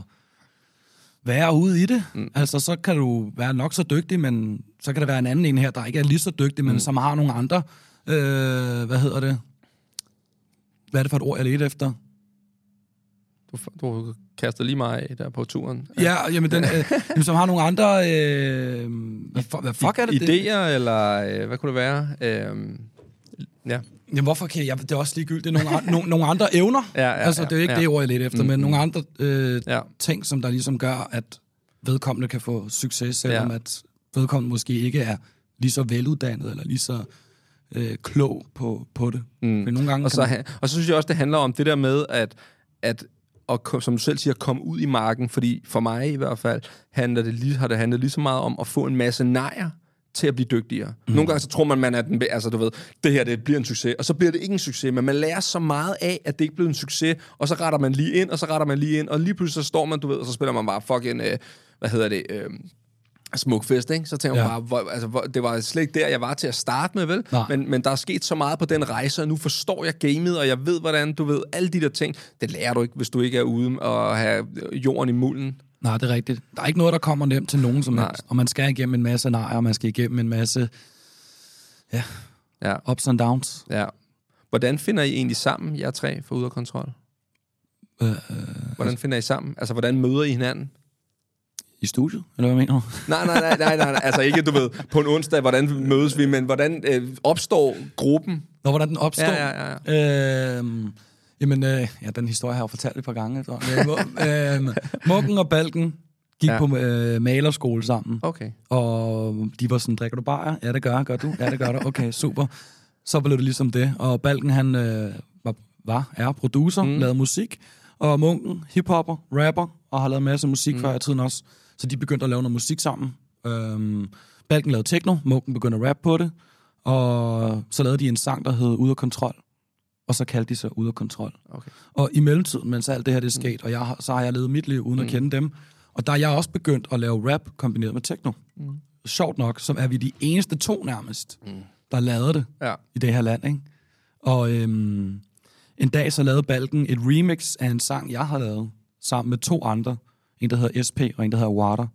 være ude i det, altså så kan du være nok så dygtig, men så kan der være en anden en her, der ikke er lige så dygtig, men som har nogle andre hvad hedder det? Hvad er det for et ord, jeg ledte efter?
Du kaster lige mig der på turen.
Ja, jamen som har nogle andre... hvad fuck er det?
Idéer, eller hvad kunne det være? Ja.
Jamen, hvorfor kan jeg... Det er også ligegyldigt. Det er nogle andre evner. Altså, det er jo ikke det ord, jeg ledte efter, men nogle andre ting, som der ligesom gør, at vedkommende kan få succes, selvom at vedkommende måske ikke er lige så veluddannet, eller lige så... klog på det. Nogle gange
og så synes jeg også, det handler om det der med, at og som du selv siger, komme ud i marken, fordi for mig i hvert fald, har det handlet lige så meget om at få en masse nejer til at blive dygtigere. Nogle gange så tror man er den, altså du ved, det her det bliver en succes, og så bliver det ikke en succes, men man lærer så meget af, at det ikke bliver en succes, og så retter man lige ind, og så retter man lige ind, og lige pludselig så står man, du ved, og så spiller man bare fucking, Smukfest, ikke? Så tænker man bare, det var slet ikke der, jeg var til at starte med, vel? Men der er sket så meget på den rejse, og nu forstår jeg gamet, og jeg ved, hvordan du ved alle de der ting. Det lærer du ikke, hvis du ikke er ude og have jorden i mulden.
Nej, det er rigtigt. Der er ikke noget, der kommer nemt til nogen som helst. Og man skal igennem en masse nejer, og man skal igennem en masse ups and downs.
Ja. Hvordan finder I egentlig sammen, jer tre, for Ude af Kontrol? Hvordan finder I sammen? Altså, hvordan møder I hinanden?
I studiet, eller hvad mener du?
Nej. Altså ikke, du ved, på en onsdag, hvordan mødes vi, men hvordan opstår gruppen?
Nå, hvordan den opstår?
Ja.
Den historie har jeg jo fortalt et par gange. Mukken og Balken gik på malerskole sammen.
Okay.
Og de var sådan, drikker du bajer? Ja, det gør jeg. Gør du? Ja, det gør du. Okay, super. Så blev det ligesom det. Og Balken, han er producer, lavede musik. Og Munken, hiphopper, rapper, og har lavet en masse musik før i tiden også. Så de begyndte at lave noget musik sammen. Balken lavede techno, Munken begyndte at rappe på det. Og så lavede de en sang, der hed Ude af Kontrol. Og så kaldte de sig Ude af Kontrol. Okay. Og i mellemtiden, mens alt det her det er sket, og så har jeg levet mit liv uden at kende dem. Og der er jeg også begyndt at lave rap kombineret med techno. Sjovt nok, så er vi de eneste to nærmest, der lavede det i det her land, ikke? Og en dag så lavede Balken et remix af en sang, jeg har lavet, sammen med to andre. En, der hedder SP, og en, der hedder Water.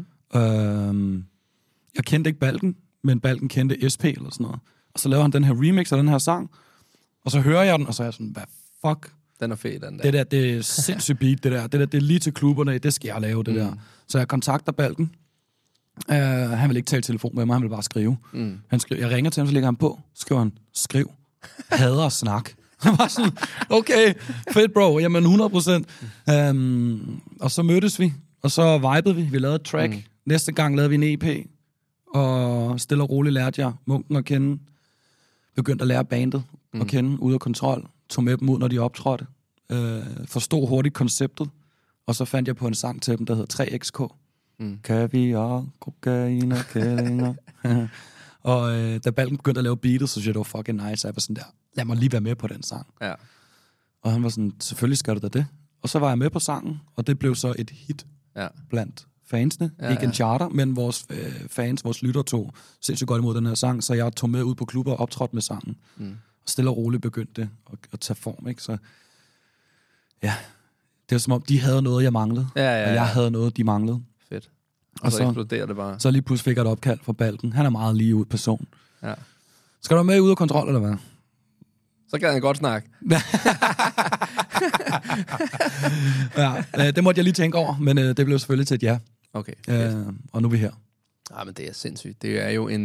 Jeg kendte ikke Balken, men Balken kendte SP eller sådan noget. Og så laver han den her remix af den her sang, og så hører jeg den, og så er jeg sådan, hvad fuck?
Den er fed, den der.
Det der, det er sindssygt beat, det der. Det er lige til klubberne, det skal jeg lave, det der. Så jeg kontakter Balken. Han vil ikke tale telefon med mig, han vil bare skrive. Han skriver, jeg ringer til ham, så lægger han på. Skriver han, skriv. Hader at snak. Han var sådan, okay, fedt bro, jamen 100%. Og så mødtes vi, og så vibede vi. Vi lavede et track. Næste gang lavede vi en EP. Og stille og roligt lærte jeg Munken at kende. Begyndte at lære bandet at kende, Ude af Kontrol. Tog med dem ud, når de optrådte. Forstod hurtigt konceptet. Og så fandt jeg på en sang til dem, der hedder 3XK. Kaviar, kokain og kællinger. Og da Balken begyndte at lave beatet, så synes jeg, det var fucking nice. Jeg var sådan der, lad mig lige være med på den sang. Ja. Og han var sådan, selvfølgelig skal du da det. Og så var jeg med på sangen, og det blev så et hit blandt fansene. Ikke en charter, men vores fans, vores lytter tog sindssygt godt imod den her sang, så jeg tog med ud på klubber og optrådte med sangen. Og stille og roligt begyndte det at tage form, ikke? Så ja, det var som om, de havde noget, jeg manglede, og jeg havde noget, de manglede.
Fedt. Og så eksploderer det bare.
Så lige pludselig fik jeg et opkald fra Balken. Han er meget lige ud person. Ja. Skal du med Ude af Kontrol, eller hvad?
Så kan han godt snakke.
Det måtte jeg lige tænke over, men det blev selvfølgelig til et ja.
Okay.
Og nu er vi her.
Ja, men det er sindssygt. Det er jo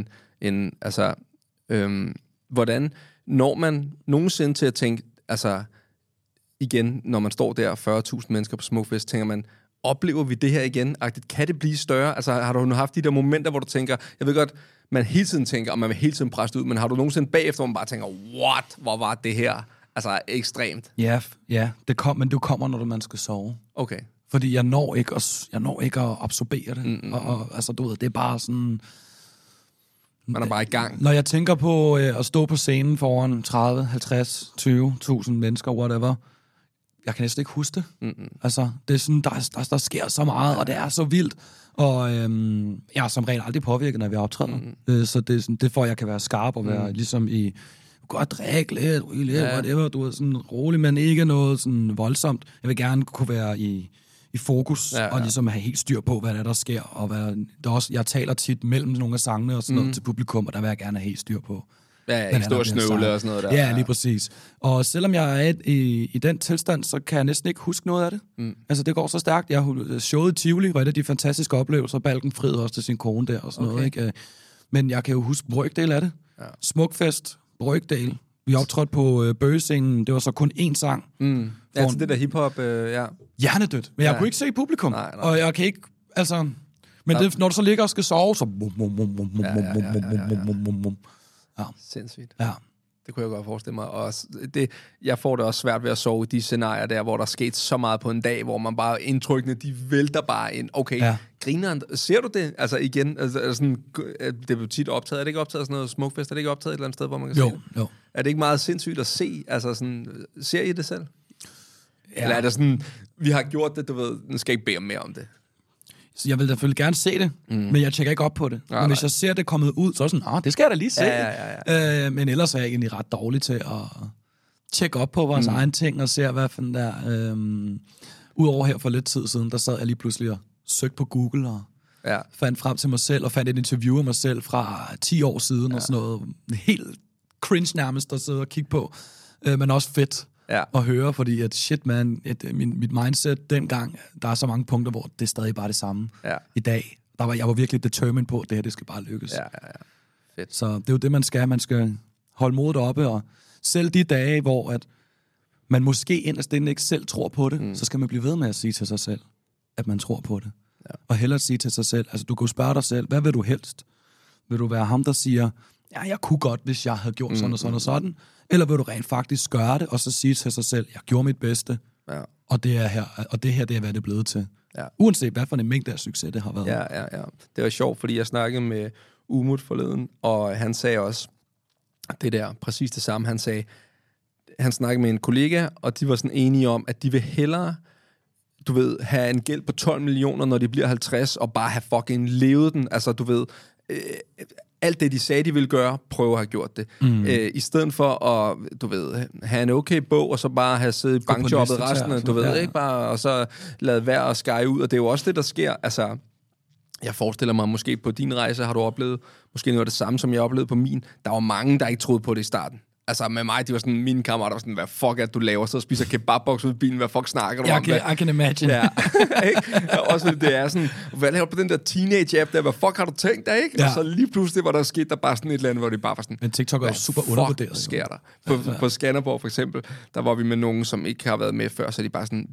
hvordan når man nogensinde til at tænke, altså igen, når man står der 40.000 mennesker på Smukfest, tænker man, oplever vi det her igen? Kan det blive større? Altså har du nu haft de der momenter, hvor du tænker, jeg ved godt, man hele tiden tænker, og man vil hele tiden presse ud, men har du nogensinde bagefter, hvor man bare tænker, what? Hvor var det her? Altså ekstremt.
Ja, men det kommer, når man skal sove.
Okay.
Fordi jeg når ikke at absorbere det. Og altså, du ved, det er bare sådan...
Man er bare i gang.
Når jeg tænker på at stå på scenen foran 30, 50, 20.000 mennesker, whatever, jeg kan næsten ikke huske det. Altså, det er sådan, der sker så meget, og det er så vildt. Og jeg er som regel aldrig påvirket, når vi optræder. Så det er sådan, det får, jeg kan være skarp og være ligesom i... Godt drikke lidt, whatever, du er sådan rolig, men ikke noget sådan voldsomt. Jeg vil gerne kunne være i fokus, og ligesom have helt styr på, hvad der sker, og jeg taler tit mellem nogle af sangene og sådan noget til publikum, og der vil jeg gerne have helt styr på.
Ja, ikke stå og snøvle og sådan noget der.
Ja, lige præcis. Og selvom jeg er i den tilstand, så kan jeg næsten ikke huske noget af det. Altså, det går så stærkt. Jeg har showet i Tivoli, og et af de fantastiske oplevelser, Balken friede også til sin kone der og sådan noget, ikke? Men jeg kan jo huske brøkdel af det. Ja. Smukfest, brøkdel. Vi optrådte på Bøgescenen. Det var så kun én sang.
Ja, så det der hiphop,
hjernedødt. Men jeg kunne ikke se publikum. Nej. Og jeg kan ikke, altså... Men det, når du så ligger og skal sove, så...
Ja. Sindssygt.
Ja.
Det kunne jeg godt forestille mig. Og jeg får det også svært ved at sove i de scenarier der, hvor der er sket så meget på en dag, hvor man bare indtrykkene, de vælter bare ind. Okay, grineren. Ser du det? Altså igen, sådan, det er jo tit optaget. Er det ikke optaget sådan noget Smukfest? Er det ikke optaget et eller andet sted, hvor man kan se det?
Jo.
Er det ikke meget sindssygt at se? Altså sådan, ser I det selv? Ja. Eller er det sådan, vi har gjort det, du ved, nu skal ikke bede mere om det?
Så jeg vil selvfølgelig gerne se det, men jeg tjekker ikke op på det. Men hvis jeg ser det kommet ud, så er sådan, det skal jeg da lige se. Ja. Men ellers er jeg egentlig ret dårlig til at tjekke op på vores egen ting, og se, hvad fanden der... Udover her for lidt tid siden, der sad jeg lige pludselig og søgte på Google, og fandt frem til mig selv, og fandt et interview af mig selv fra 10 år siden, og sådan noget helt cringe nærmest at sidde og kigge på, men også fedt at høre, fordi at shit man, mit mindset dengang, der er så mange punkter, hvor det er stadig bare det samme i dag. Jeg var virkelig determined på, at det her, det skal bare lykkes. Fedt. Så det er jo det, man skal holde modet oppe, og selv de dage, hvor at man måske inderst inde ikke selv tror på det, så skal man blive ved med at sige til sig selv, at man tror på det. Ja. Og hellere sige til sig selv, altså du kan jo spørge dig selv, hvad vil du helst? Vil du være ham, der siger, jeg kunne godt, hvis jeg havde gjort sådan og sådan og sådan? Eller vil du rent faktisk gøre det, og så sige til sig selv, jeg gjorde mit bedste, og det er her, og det her, det er, hvad det er blevet til. Ja. Uanset hvad for en mængde af succes det har været.
Ja. Det var sjovt, fordi jeg snakkede med Umut forleden, og han sagde også, det der, præcis det samme, han snakkede med en kollega, og de var sådan enige om, at de vil hellere, du ved, have en gæld på 12 millioner, når de bliver 50, og bare have fucking levet den. Altså, du ved, alt det, de sagde, de ville gøre, prøve at have gjort det. I stedet for at, du ved, have en okay bog, og så bare have siddet i bankjobbet resten af, du ved, ikke bare, og så lade være og skære ud. Og det er jo også det, der sker. Altså, jeg forestiller mig, måske på din rejse har du oplevet, måske noget af det samme, som jeg oplevede på min. Der var mange, der ikke troede på det i starten. Altså med mig, de var sådan, mine kammerater var sådan, hvad fuck er det, du laver? Så spiser kebabboks ud i bilen, hvad fuck snakker du om?
I can imagine.
Ja, også fordi det er sådan, hvad laver du på den der teenage-app der, hvad fuck har du tænkt der, ikke? Ja. Og så lige pludselig var der sket der bare sådan et eller andet, hvor det bare var sådan,
men TikTok er jo super undervurderet.
Hvad sker der? På Skanderborg for eksempel, der var vi med nogen, som ikke har været med før, så de bare sådan,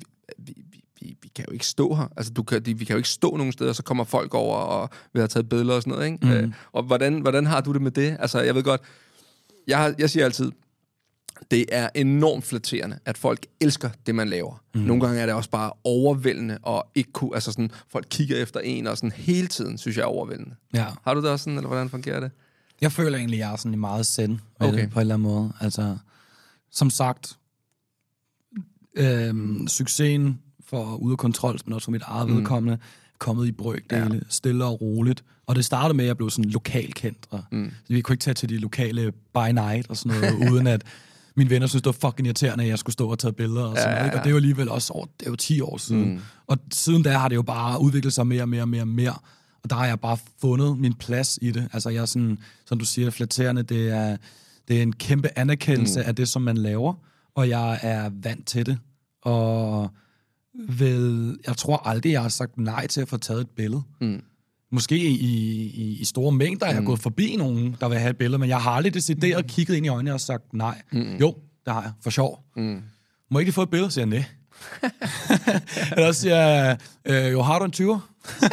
vi kan jo ikke stå her. Altså, vi kan jo ikke stå nogen steder, så kommer folk over og vil have taget billeder og sådan noget, ikke? Og hvordan har du det med det? Altså, jeg ved godt, jeg siger altid, det er enormt flatterende, at folk elsker det, man laver. Nogle gange er det også bare overvældende, og ikke kunne, altså sådan, folk kigger efter en, og sådan hele tiden, synes jeg er overvældende. Ja. Har du det også sådan, eller hvordan fungerer det?
Jeg føler egentlig, jeg er sådan i meget send med det, på en eller anden måde. Altså, som sagt, succesen for ude af kontrol, men også for mit eget vedkommende, kommet i brøkdele, stille og roligt. Og det startede med, at jeg blev sådan lokalkendt. Og vi kunne ikke tage til de lokale by night og sådan noget, uden at mine venner synes, det var fucking irriterende, at jeg skulle stå og tage billeder og sådan noget. Og det er jo alligevel også over, det er jo 10 år siden. Og siden da har det jo bare udviklet sig mere. Og der har jeg bare fundet min plads i det. Altså jeg er sådan, som du siger, flatterende, det er en kæmpe anerkendelse af det, som man laver. Og jeg er vant til det. Og jeg tror aldrig, jeg har sagt nej til at få taget et billede. Måske i store mængder er jeg gået forbi nogen, der vil have et billede, men jeg har aldrig decideret kigget ind i øjnene og sagt nej. Jo, det har jeg, for sjov. Må ikke få et billede? Siger jeg, nej. Eller siger jeg, jo, har du en 20'er?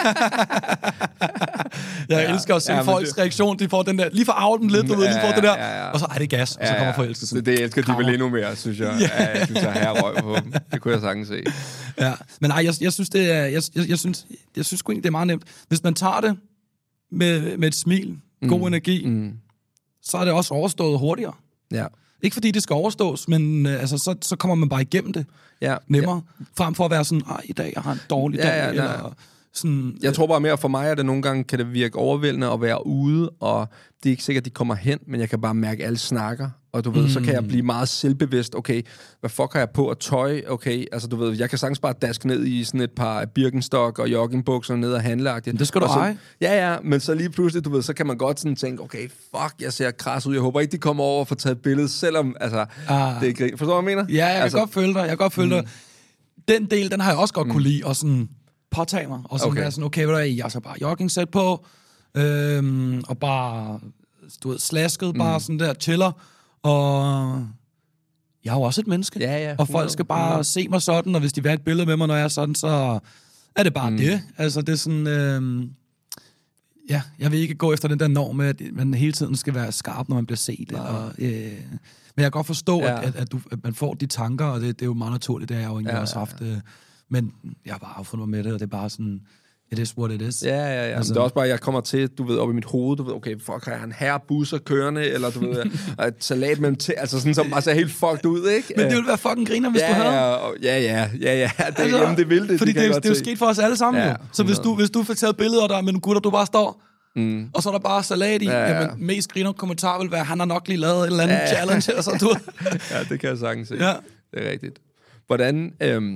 Jeg elsker at se folks reaktion. De får den der, lige for arve dem lidt, du ved, lige får det der, og så er det gas, og så kommer forelskelsen.
Det elsker de vel endnu mere, synes jeg. Ja, jeg synes, jeg har røg på dem. Det kunne jeg sagtens se.
Ja, men nej, jeg synes, det er, jeg synes sgu egentlig, det er meget nemt. Hvis man tager det med et smil, god energi, så er det også overstået hurtigere. Ja. Ikke fordi det skal overstås, men altså, så kommer man bare igennem det nemmere. Frem for at være sådan, i dag jeg har en dårlig dag, eller sådan...
Jeg tror bare mere, for mig er det nogle gange, kan det virke overvældende at være ude, og det er ikke sikkert, at de kommer hen, men jeg kan bare mærke, at alle snakker, og du ved, så kan jeg blive meget selvbevidst, okay, hvad fuck har jeg på at tøj, okay, altså du ved, jeg kan sagtens bare daske ned i sådan et par Birkenstock og joggingbukser ned og handleagtigt.
Det skal du eje.
Ja, men så lige pludselig, du ved, så kan man godt sådan tænke, okay, fuck, jeg ser kras ud, jeg håber ikke, de kommer over og får taget et billede, selvom, altså, det er grin. Forstår du, hvad jeg mener?
Ja, jeg kan godt følge dig, Den del, den har jeg også godt kunne lide, og sådan påtage mig, og sådan være sådan, okay, jeg så bare joggingsæt på, og bare, du ved, slasket, bare sådan der, chiller, og jeg er jo også et menneske, og folk skal bare se mig sådan, og hvis de vil have et billede med mig, når jeg er sådan, så er det bare det. Altså, det er sådan, jeg vil ikke gå efter den der norm med, at man hele tiden skal være skarp, når man bliver set, eller... Men jeg kan godt forstå, at man får de tanker, og det er jo meget naturligt, det har jeg jo egentlig også haft. Men jeg har bare affundet mig med det, og det er bare sådan... it is what it is.
Ja. Altså, det er også bare, jeg kommer til, du ved, op i mit hoved, du ved, okay, fuck, har jeg en herrebusser kørende, eller du ved, et salat mellem altså sådan som, altså helt fucked ud, ikke?
Men det ville være fucking griner, hvis du havde.
Ja. Det vil det.
Fordi det er jo sket for os alle sammen, jo. Så hvis du får taget billeder der med nogle gutter, du bare står, og så er der bare salat i, jamen, mest griner kommentar vil være, han har nok lige lavet et eller andet challenge, eller sådan, du.
Ja, det kan jeg sagtens se.
Ja.
Det er rigtigt. Hvordan,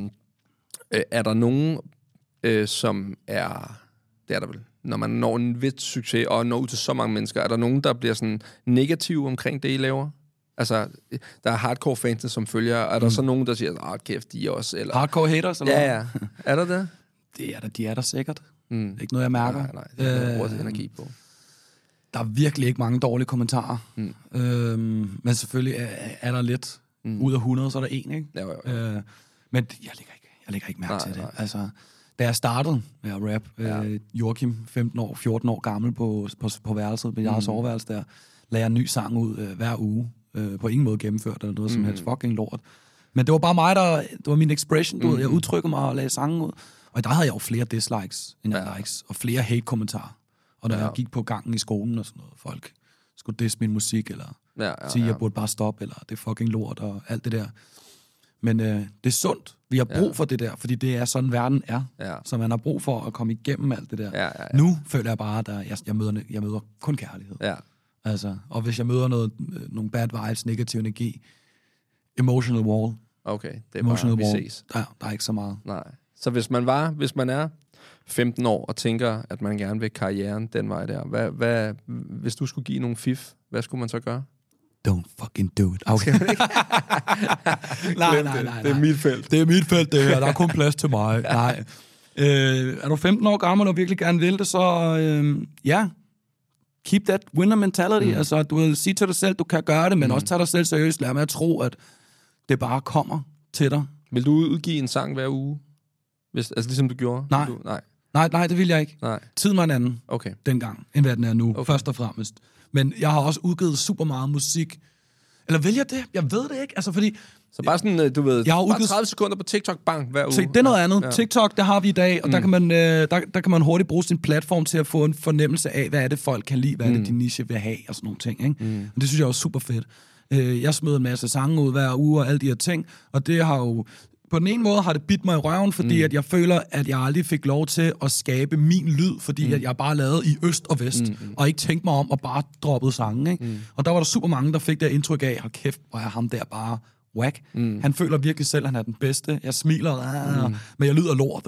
er der nogen, som er, det er der vel, når man når en vis succes, og når ud til så mange mennesker, er der nogen, der bliver sådan negativ omkring det, I laver? Altså, der er hardcore fans, som følger. Er der så nogen, der siger, kæft, de også? Eller...
Hardcore haters? Eller
ja. Er der det?
Det er der, de er der sikkert. Ikke noget, jeg mærker.
Nej, det er noget, bruger energi på.
Der er virkelig ikke mange dårlige kommentarer. Men selvfølgelig er der lidt. Ud af 100, så er der en, ikke?
Ja.
Men jeg lægger ikke mærke til det. Altså, da jeg startede med at rap, Joachim, 14 år gammel på værelset, på jeres soveværelse der, lagde jeg en ny sang ud hver uge. På ingen måde gennemført eller noget som helst. Fucking lort. Men det var bare mig, det var min expression, du ved. Jeg udtrykker mig og lagde sangen ud. Og der havde jeg jo flere dislikes end likes, og flere hate-kommentarer. Og når jeg gik på gangen i skolen og sådan noget, folk skulle disse min musik, eller sige, jeg burde bare stoppe, eller det er fucking lort, og alt det der. Men det er sundt. Vi har brug for det der, fordi det er sådan, verden er. Ja. Så man har brug for at komme igennem alt det der. Ja. Nu føler jeg bare, at jeg møder kun kærlighed. Ja. Altså, og hvis jeg møder nogle bad vibes, negativ energi, emotional wall.
Okay, det er emotional bare, vi ses.
Der er ikke så meget.
Nej. Så hvis man er 15 år og tænker, at man gerne vil karrieren den vej der, hvad, hvis du skulle give nogle fif, hvad skulle man så gøre?
Don't fucking do it. Okay. nej.
Det er mit felt.
Det er mit felt, det her. Der er kun plads til mig. Nej. Er du 15 år gammel og virkelig gerne vil det, så keep that winner mentality. Altså, du vil sige til dig selv, du kan gøre det, men også tage dig selv seriøst. Lad mig at tro, at det bare kommer til dig.
Vil du udgive en sang hver uge? Altså ligesom du gjorde?
Nej, det vil jeg ikke.
Nej.
Tiden var en anden dengang, end hvad den er nu, først og fremmest. Men jeg har også udgivet super meget musik. Eller vil jeg det? Jeg ved det ikke. Altså, fordi...
Så bare sådan, du ved, bare 30 sekunder på TikTok, bang, hver uge.
Se, det er noget andet. Ja. TikTok, det har vi i dag, og der kan man hurtigt bruge sin platform til at få en fornemmelse af, hvad er det, folk kan lide, hvad er det, de niche vil have, og sådan nogle ting. Ikke? Og det synes jeg er super fedt. Jeg smider en masse sange ud hver uge, og alle de her ting, og det har jo... På den ene måde har det bidt mig i røven, fordi at jeg føler, at jeg aldrig fik lov til at skabe min lyd, fordi at jeg bare lavede i øst og vest, og ikke tænkte mig om at bare droppede sange. Ikke? Og der var der super mange, der fik det indtryk af, hold kæft, hvor er ham der bare whack. Han føler virkelig selv, at han er den bedste. Jeg smiler, men jeg lyder lort.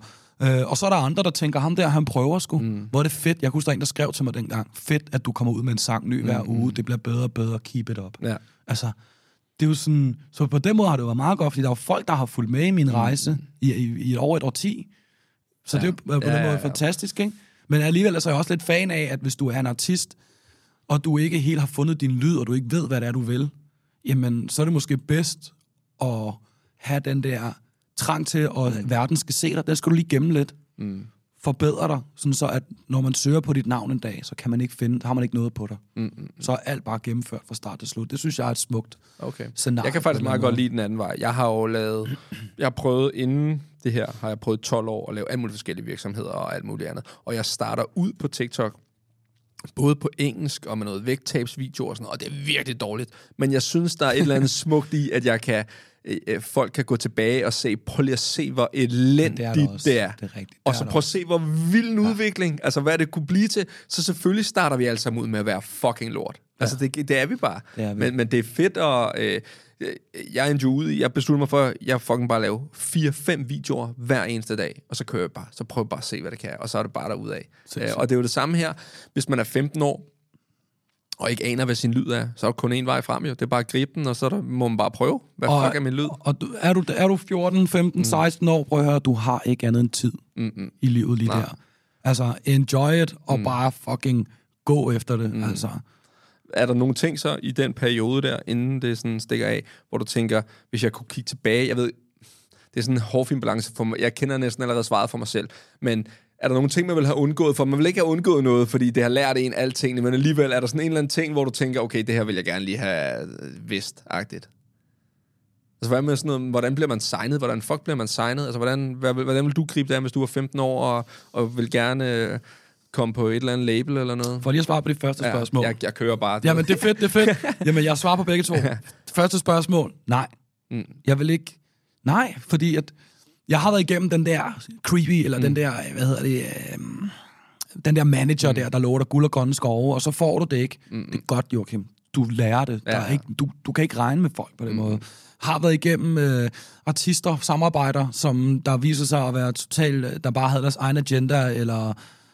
Og så er der andre, der tænker, ham der, han prøver sgu. Hvor er det fedt. Jeg kunne der en, der skrev til mig dengang, fedt, at du kommer ud med en sang ny hver uge. Det bliver bedre og bedre. Keep it up. Ja. Altså... Det er jo sådan, så på den måde har det været meget godt, fordi der er jo folk, der har fulgt med i min rejse i over et årti. Så det er jo på den måde fantastisk, ikke? Men alligevel er jeg også lidt fan af, at hvis du er en artist, og du ikke helt har fundet din lyd, og du ikke ved, hvad det er, du vil, jamen, så er det måske bedst at have den der trang til, at verden skal se dig. Den skal du lige gemme lidt. Forbedre dig, sådan så at når man søger på dit navn en dag, så kan man ikke finde, har man ikke noget på dig. Så er alt bare gennemført fra start til slut. Det synes jeg er et smukt scenarie.
Jeg kan faktisk meget godt lide den anden vej. Jeg har prøvet inden det her, har jeg prøvet 12 år at lave alle mulige forskellige virksomheder og alt muligt andet. Og jeg starter ud på TikTok, både på engelsk og med noget vægttabsvideo og sådan noget, og det er virkelig dårligt. Men jeg synes, der er et eller andet smukt i, at jeg kan... folk kan gå tilbage og se, prøv lige at se, hvor elendigt det er. Og så prøv at se, hvor vild en udvikling, altså hvad det kunne blive til. Så selvfølgelig starter vi alle sammen ud med at være fucking lort. Altså det er vi bare. Men det er fedt, og jeg beslutter mig for, at jeg fucking bare lave 4-5 videoer hver eneste dag, og så kører jeg bare, så prøver jeg bare at se, hvad det kan, og så er det bare derudad. Og det er jo det samme her, hvis man er 15 år, og ikke aner, hvad sin lyd er, så er der kun én vej frem, jo. Det er bare at gribe den, og så må man bare prøve. Hvad fuck er min lyd?
Og er du 14, 15, 16 år, prøv at høre, du har ikke andet end tid i livet lige der. Altså, enjoy it, og bare fucking gå efter det, altså.
Er der nogle ting så i den periode der, inden det sådan stikker af, hvor du tænker, hvis jeg kunne kigge tilbage, jeg ved, det er sådan en hårfin balance for mig, jeg kender næsten allerede svaret for mig selv, men er der nogle ting, man vil have undgået? For man vil ikke have undgået noget, fordi det har lært en alle tingene, men alligevel er der sådan en eller anden ting, hvor du tænker, okay, det her vil jeg gerne lige have vidst-agtigt. Altså, hvad med sådan noget, hvordan bliver man signet? Hvordan fuck bliver man signet? Altså, hvordan vil du gribe det an, hvis du er 15 år og vil gerne komme på et eller andet label eller noget?
For lige at svare på det første spørgsmål.
Jeg kører bare.
Jamen, det er fedt. Jamen, jeg svarer på begge to. Første spørgsmål, nej. Jeg vil ikke... Nej, fordi at jeg har været igennem den der creepy, eller den der, den der manager der lover dig guld og grønne skove, og så får du det ikke. Det er godt, Joachim. Du lærer det. Der er ikke, du kan ikke regne med folk på den måde. Har været igennem artister, samarbejder, som der viser sig at være totalt, der bare havde deres egen agenda, eller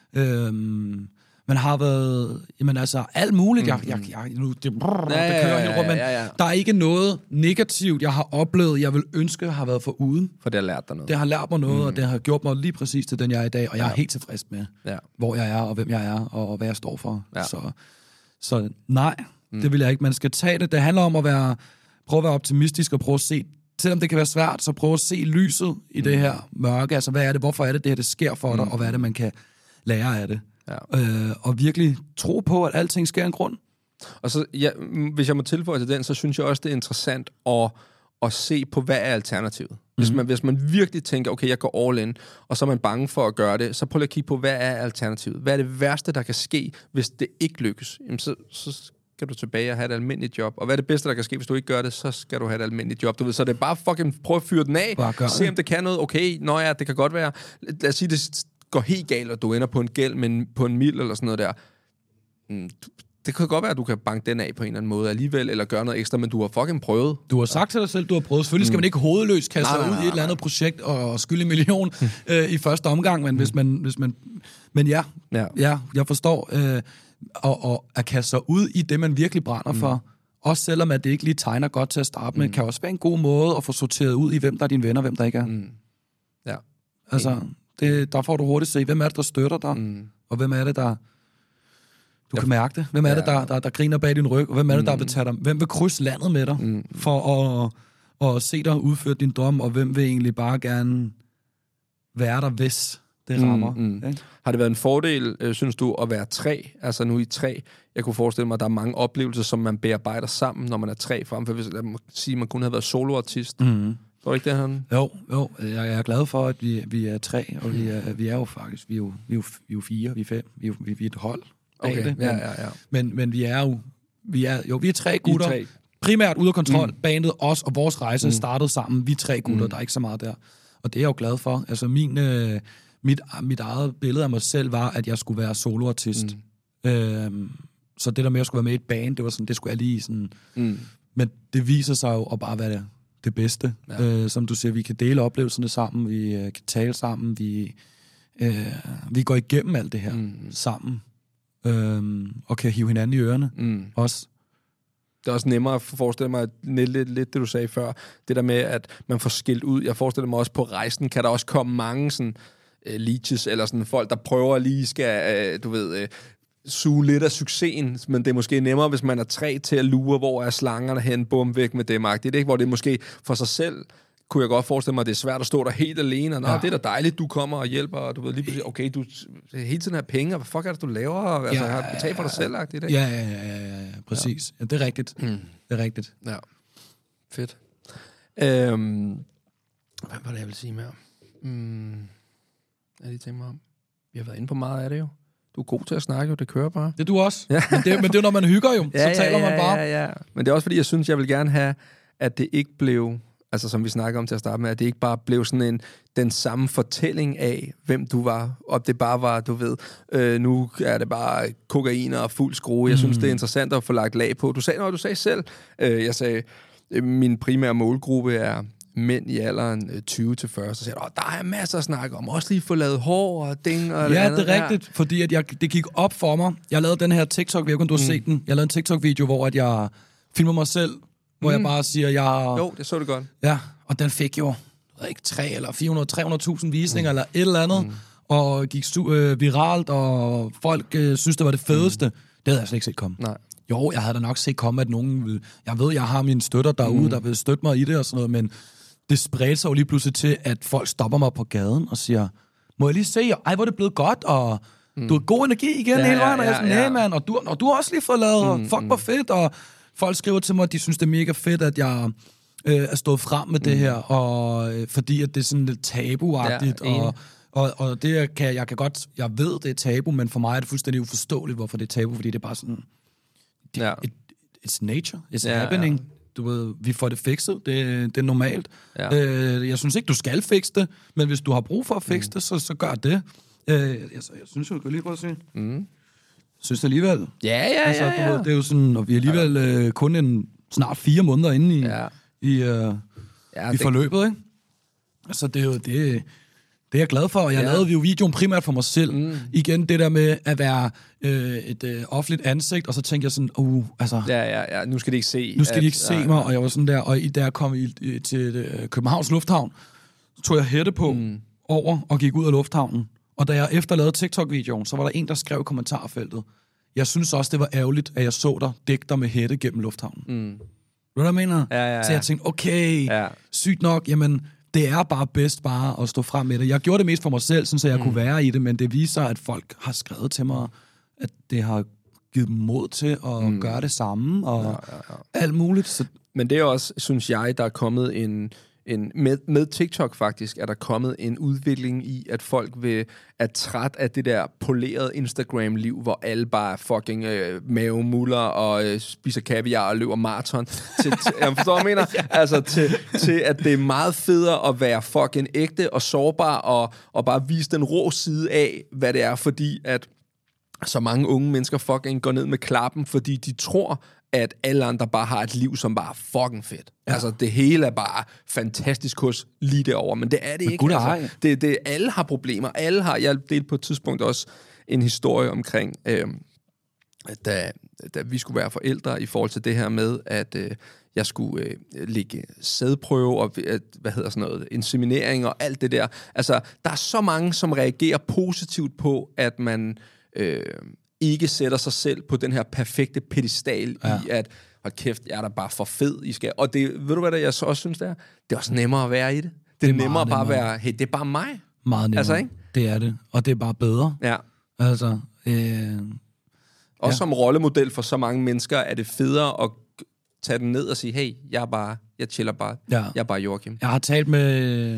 man har været, jamen altså, alt muligt. Det kører helt rundt, men der er ikke noget negativt, jeg har oplevet, jeg vil ønske har været for uden.
For det har lært dig noget.
Det har lært mig noget, og det har gjort mig lige præcis til den, jeg er i dag, og jeg er helt tilfreds med, hvor jeg er, og hvem jeg er, og hvad jeg står for. Ja. Så nej, det vil jeg ikke. Man skal tage det. Det handler om prøve at være optimistisk, og prøve at se, selvom det kan være svært, så prøve at se lyset i det her mørke. Altså, hvad er det? Hvorfor er det her, det sker for dig, og hvad er det, man kan lære af det? Ja. Og virkelig tro på, at alting sker af en grund.
Og så, hvis jeg må tilføje til den, så synes jeg også, det er interessant at se på, hvad er alternativet. Hvis man virkelig tænker, okay, jeg går all in, og så er man bange for at gøre det, så prøv lige at kigge på, hvad er alternativet? Hvad er det værste, der kan ske, hvis det ikke lykkes? Jamen, så skal du tilbage og have et almindeligt job. Og hvad er det bedste, der kan ske, hvis du ikke gør det, så skal du have et almindeligt job. Du ved, så det er bare fucking prøv at fyre den af, se om det kan noget. Okay, det kan godt være. Lad os sige, det går helt galt, og du ender på en gæld på en mil eller sådan noget der. Det kan godt være, at du kan banke den af på en eller anden måde alligevel, eller gøre noget ekstra, men du har fucking prøvet. Du har sagt til dig selv, du har prøvet. Selvfølgelig skal man ikke hovedløst kaste sig ud i et eller andet projekt og skylde 1 million i første omgang, men hvis man... Men ja, jeg forstår... Og at kaste sig ud i det, man virkelig brænder for, også selvom at det ikke lige tegner godt til at starte med, kan også være en god måde at få sorteret ud i, hvem der er dine venner, og hvem der ikke er. Ja. Altså, der får du hurtigt se, hvem er det, der støtter dig, og hvem er det, der... Du kan mærke det. Hvem er det, der griner bag din ryg, og hvem er det, der vil tage dig... Hvem vil krydse landet med dig, for at se dig udføre din drøm, og hvem vil egentlig bare gerne være der, hvis... det rammer. Okay? Har det været en fordel, synes du, at være 3? Altså nu i 3. Jeg kunne forestille mig, at der er mange oplevelser, som man bearbejder sammen, når man er 3, fremfor hvis man kunne have været soloartist. Tror du ikke det, han? Jo. Jeg er glad for, at vi er 3, og vi er jo faktisk, vi er jo 4, vi er 5, vi er et hold. Okay, det. Men vi er 3 gutter. 3. Primært ude af kontrol, bandet, os og vores rejse startede sammen. Vi er 3 gutter, der er ikke så meget der. Og det er jeg jo glad for. Altså mit eget billede af mig selv var, at jeg skulle være soloartist. Så det der med, at jeg skulle være med i et band, det var sådan, det skulle jeg lige sådan... Men det viser sig jo at bare være det bedste. Ja. Som du siger, vi kan dele oplevelserne sammen, vi kan tale sammen, vi går igennem alt det her sammen, og kan hive hinanden i ørerne også. Det er også nemmere at forestille mig lidt det, du sagde før. Det der med, at man får skilt ud. Jeg forestiller mig også, på rejsen kan der også komme mange sådan leeches, eller sådan folk, der prøver lige skal, suge lidt af succesen, men det er måske nemmere, hvis man er 3 til at lure, hvor er slangerne hen, bum, væk med dem. Det er ikke, hvor det er måske for sig selv, kunne jeg godt forestille mig, at det er svært at stå der helt alene, og det er da dejligt, du kommer og hjælper, og du ved lige pludselig, okay, du hele tiden har penge, og hvad fuck er det, du laver? Altså, har du betalt for dig selv-agtigt, ikke? Ja, præcis. Ja, det er rigtigt. Det er rigtigt. Ja. Fedt. Hvad var det, jeg vil sige mere? Jeg lige tænkt mig om. Vi har været inde på meget af det jo. Du er god til at snakke, jo. Det kører bare. Det er du også. Ja. men det er jo, når man hygger jo. Så taler man bare. Ja. Men det er også, fordi jeg synes, jeg vil gerne have, at det ikke blev... Altså, som vi snakker om til at starte med, at det ikke bare blev sådan den samme fortælling af, hvem du var, og det bare var, du ved, nu er det bare kokain og fuld skrue. Jeg synes, det er interessant at få lagt lag på. Du sagde selv, jeg sagde, min primære målgruppe er mænd i alderen 20-40, så siger jeg, der er masser at snakke om, også lige få lavet hår og ding og det andet. Det er rigtigt, fordi at det gik op for mig. Jeg lavede den her TikTok, jeg kunne du have set den. Jeg lavede en TikTok-video, hvor at jeg filmer mig selv, hvor jeg bare siger, Jo, det så det godt. Ja, og den fik jo, ikke 3 eller 400-300.000 visninger eller et eller andet, og gik viralt, og folk synes, det var det fedeste. Det havde jeg slet ikke set komme. Nej. Jo, jeg havde da nok set komme, at nogen... Jeg ved, jeg har mine støtter derude, der vil støtte mig i det og sådan noget, men det spredte sig jo lige pludselig til, at folk stopper mig på gaden og siger, må jeg lige se, ej, hvor er det blevet godt, og du har god energi igen hele vejen, og jeg er sådan, hey, mand, og du har også lige fået lavet, fuck, hvor fedt, og folk skriver til mig, at de synes, det er mega fedt, at jeg
er stået frem med det her, og fordi at det er sådan lidt tabuagtigt, og det kan jeg ved, det er tabu, men for mig er det fuldstændig uforståeligt, hvorfor det er tabu, fordi det er bare sådan, it's nature, it's happening. Du ved, vi får det fikset, det er normalt. Ja. Jeg synes ikke, du skal fikse det, men hvis du har brug for at fikse det, så gør det. Jeg synes jo, du kan lige prøve at se. Synes det alligevel.
Ja.
Du ved, det er jo sådan, og vi er alligevel kun snart 4 måneder inde i forløbet, ikke? Så det er jo det er jeg glad for, og jeg lavede jo videoen primært for mig selv. Igen, det der med at være et offentligt ansigt, og så tænkte jeg sådan,
nu skal de ikke se.
Nu skal de ikke se mig, og jeg var sådan der, og da jeg kom til Københavns Lufthavn, så tog jeg hætte på over og gik ud af lufthavnen. Og da jeg efter lavede TikTok-videoen, så var der en, der skrev i kommentarfeltet, jeg synes også, det var ærgerligt, at jeg så dig dække dig med hætte gennem lufthavnen. Ved du, hvad jeg mener?
Ja.
Så jeg tænkte, okay, sygt nok, jamen, det er bare bedst bare at stå frem med det. Jeg gjorde det mest for mig selv, så jeg kunne være i det, men det viser, at folk har skrevet til mig, at det har givet dem mod til at gøre det samme, og alt muligt. Så...
Men det er også, synes jeg, der er kommet med TikTok faktisk, er der kommet en udvikling i, at folk er træt af det der polerede Instagram-liv, hvor alle bare er fucking mavemuller og spiser kaviar og løber maraton. Jeg forstår, hvad jeg mener? Altså til, at det er meget federe at være fucking ægte og sårbar og bare vise den rå side af, hvad det er, fordi at så mange unge mennesker fucking går ned med klappen, fordi de tror, at alle andre bare har et liv, som bare er fucking fedt. Ja. Altså, det hele er bare fantastisk hos lige derovre, men det er det men ikke. Altså, alle har problemer. Jeg delte på et tidspunkt også en historie omkring, da vi skulle være forældre, i forhold til det her med, at jeg skulle lægge sædprøve og inseminering og alt det der. Altså, der er så mange, som reagerer positivt på, at man... ikke sætter sig selv på den her perfekte pedestal i, at hold kæft, jeg er da bare for fed, I skal. Og det, ved du hvad jeg så også synes, det er? Det er også nemmere at være i det. Det er nemmere bare at være, hey, det er bare mig.
Meget nemmere. Altså, ikke? Det er det. Og det er bare bedre. Ja. Altså,
også som rollemodel for så mange mennesker, er det federe at tage den ned og sige, hey, jeg chiller bare. Ja. Jeg er bare Joachim.
Jeg har talt med...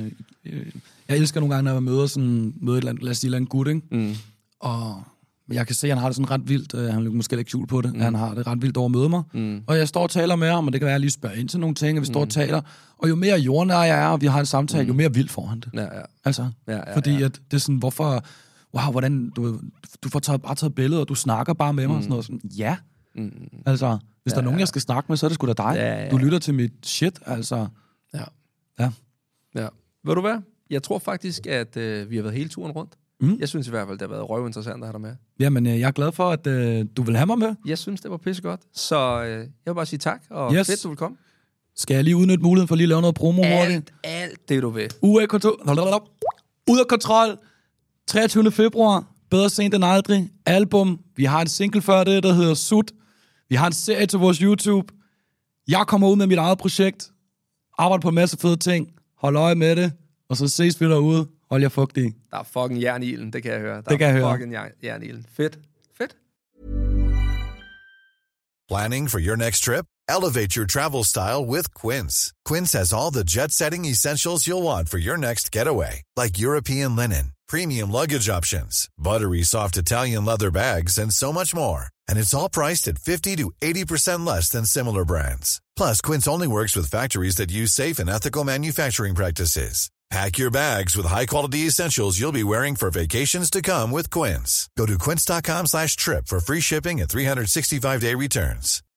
jeg elsker nogle gange, når jeg møder et eller andet, lad os sige, en gut, ikke? Og... jeg kan se, at han har det sådan ret vildt. Han vil måske ikke skjul på det. Han har det ret vildt over at møde mig. Og jeg står og taler med ham, og det kan være, at jeg lige spørger ind til nogle ting, og vi står og taler. Og jo mere jordnær jeg er, og vi har en samtale, jo mere vildt får han det. Ja. Altså, fordi at det er sådan, hvorfor... Wow, hvordan... Du får bare taget billeder, og du snakker bare med mig, og sådan noget. Sådan, ja. Altså, hvis der er nogen, jeg skal snakke med, så er det sgu da dig. Ja. Du lytter til mit shit, altså... Ja.
Ved du hvad? Jeg tror faktisk, at vi har været hele turen rundt. Jeg synes i hvert fald, det har været røvinteressant at have dig med.
Jamen, jeg er glad for, at du vil have mig med.
Jeg synes, det var pissegodt. Så jeg vil bare sige tak, og fedt, du vil komme.
Skal jeg lige udnytte muligheden for lige at lave noget promo hurtigt?
Alt det, du vil.
Ud af kontrol. 23. februar. Bedre sent end aldrig. Album. Vi har en single før det, der hedder Sut. Vi har en serie til vores YouTube. Jeg kommer ud med mit eget projekt. Arbejder på en masse fede ting. Hold øje med det. Og så ses vi derude. Hold jer fugtige.
Der er fucking jern i ilden, det kan jeg høre.
Det kan jeg høre.
Fucking jern i ilden. Fedt.
Planning for your next trip? Elevate your travel style with Quince. Quince has all the jet-setting essentials you'll want for your next getaway, like European linen, premium luggage options, buttery soft Italian leather bags, and so much more. And it's all priced at 50 to 80% less than similar brands. Plus, Quince only works with factories that use safe and ethical manufacturing practices. Pack your bags with high-quality essentials you'll be wearing for vacations to come with Quince. Go to quince.com/trip for free shipping and 365-day returns.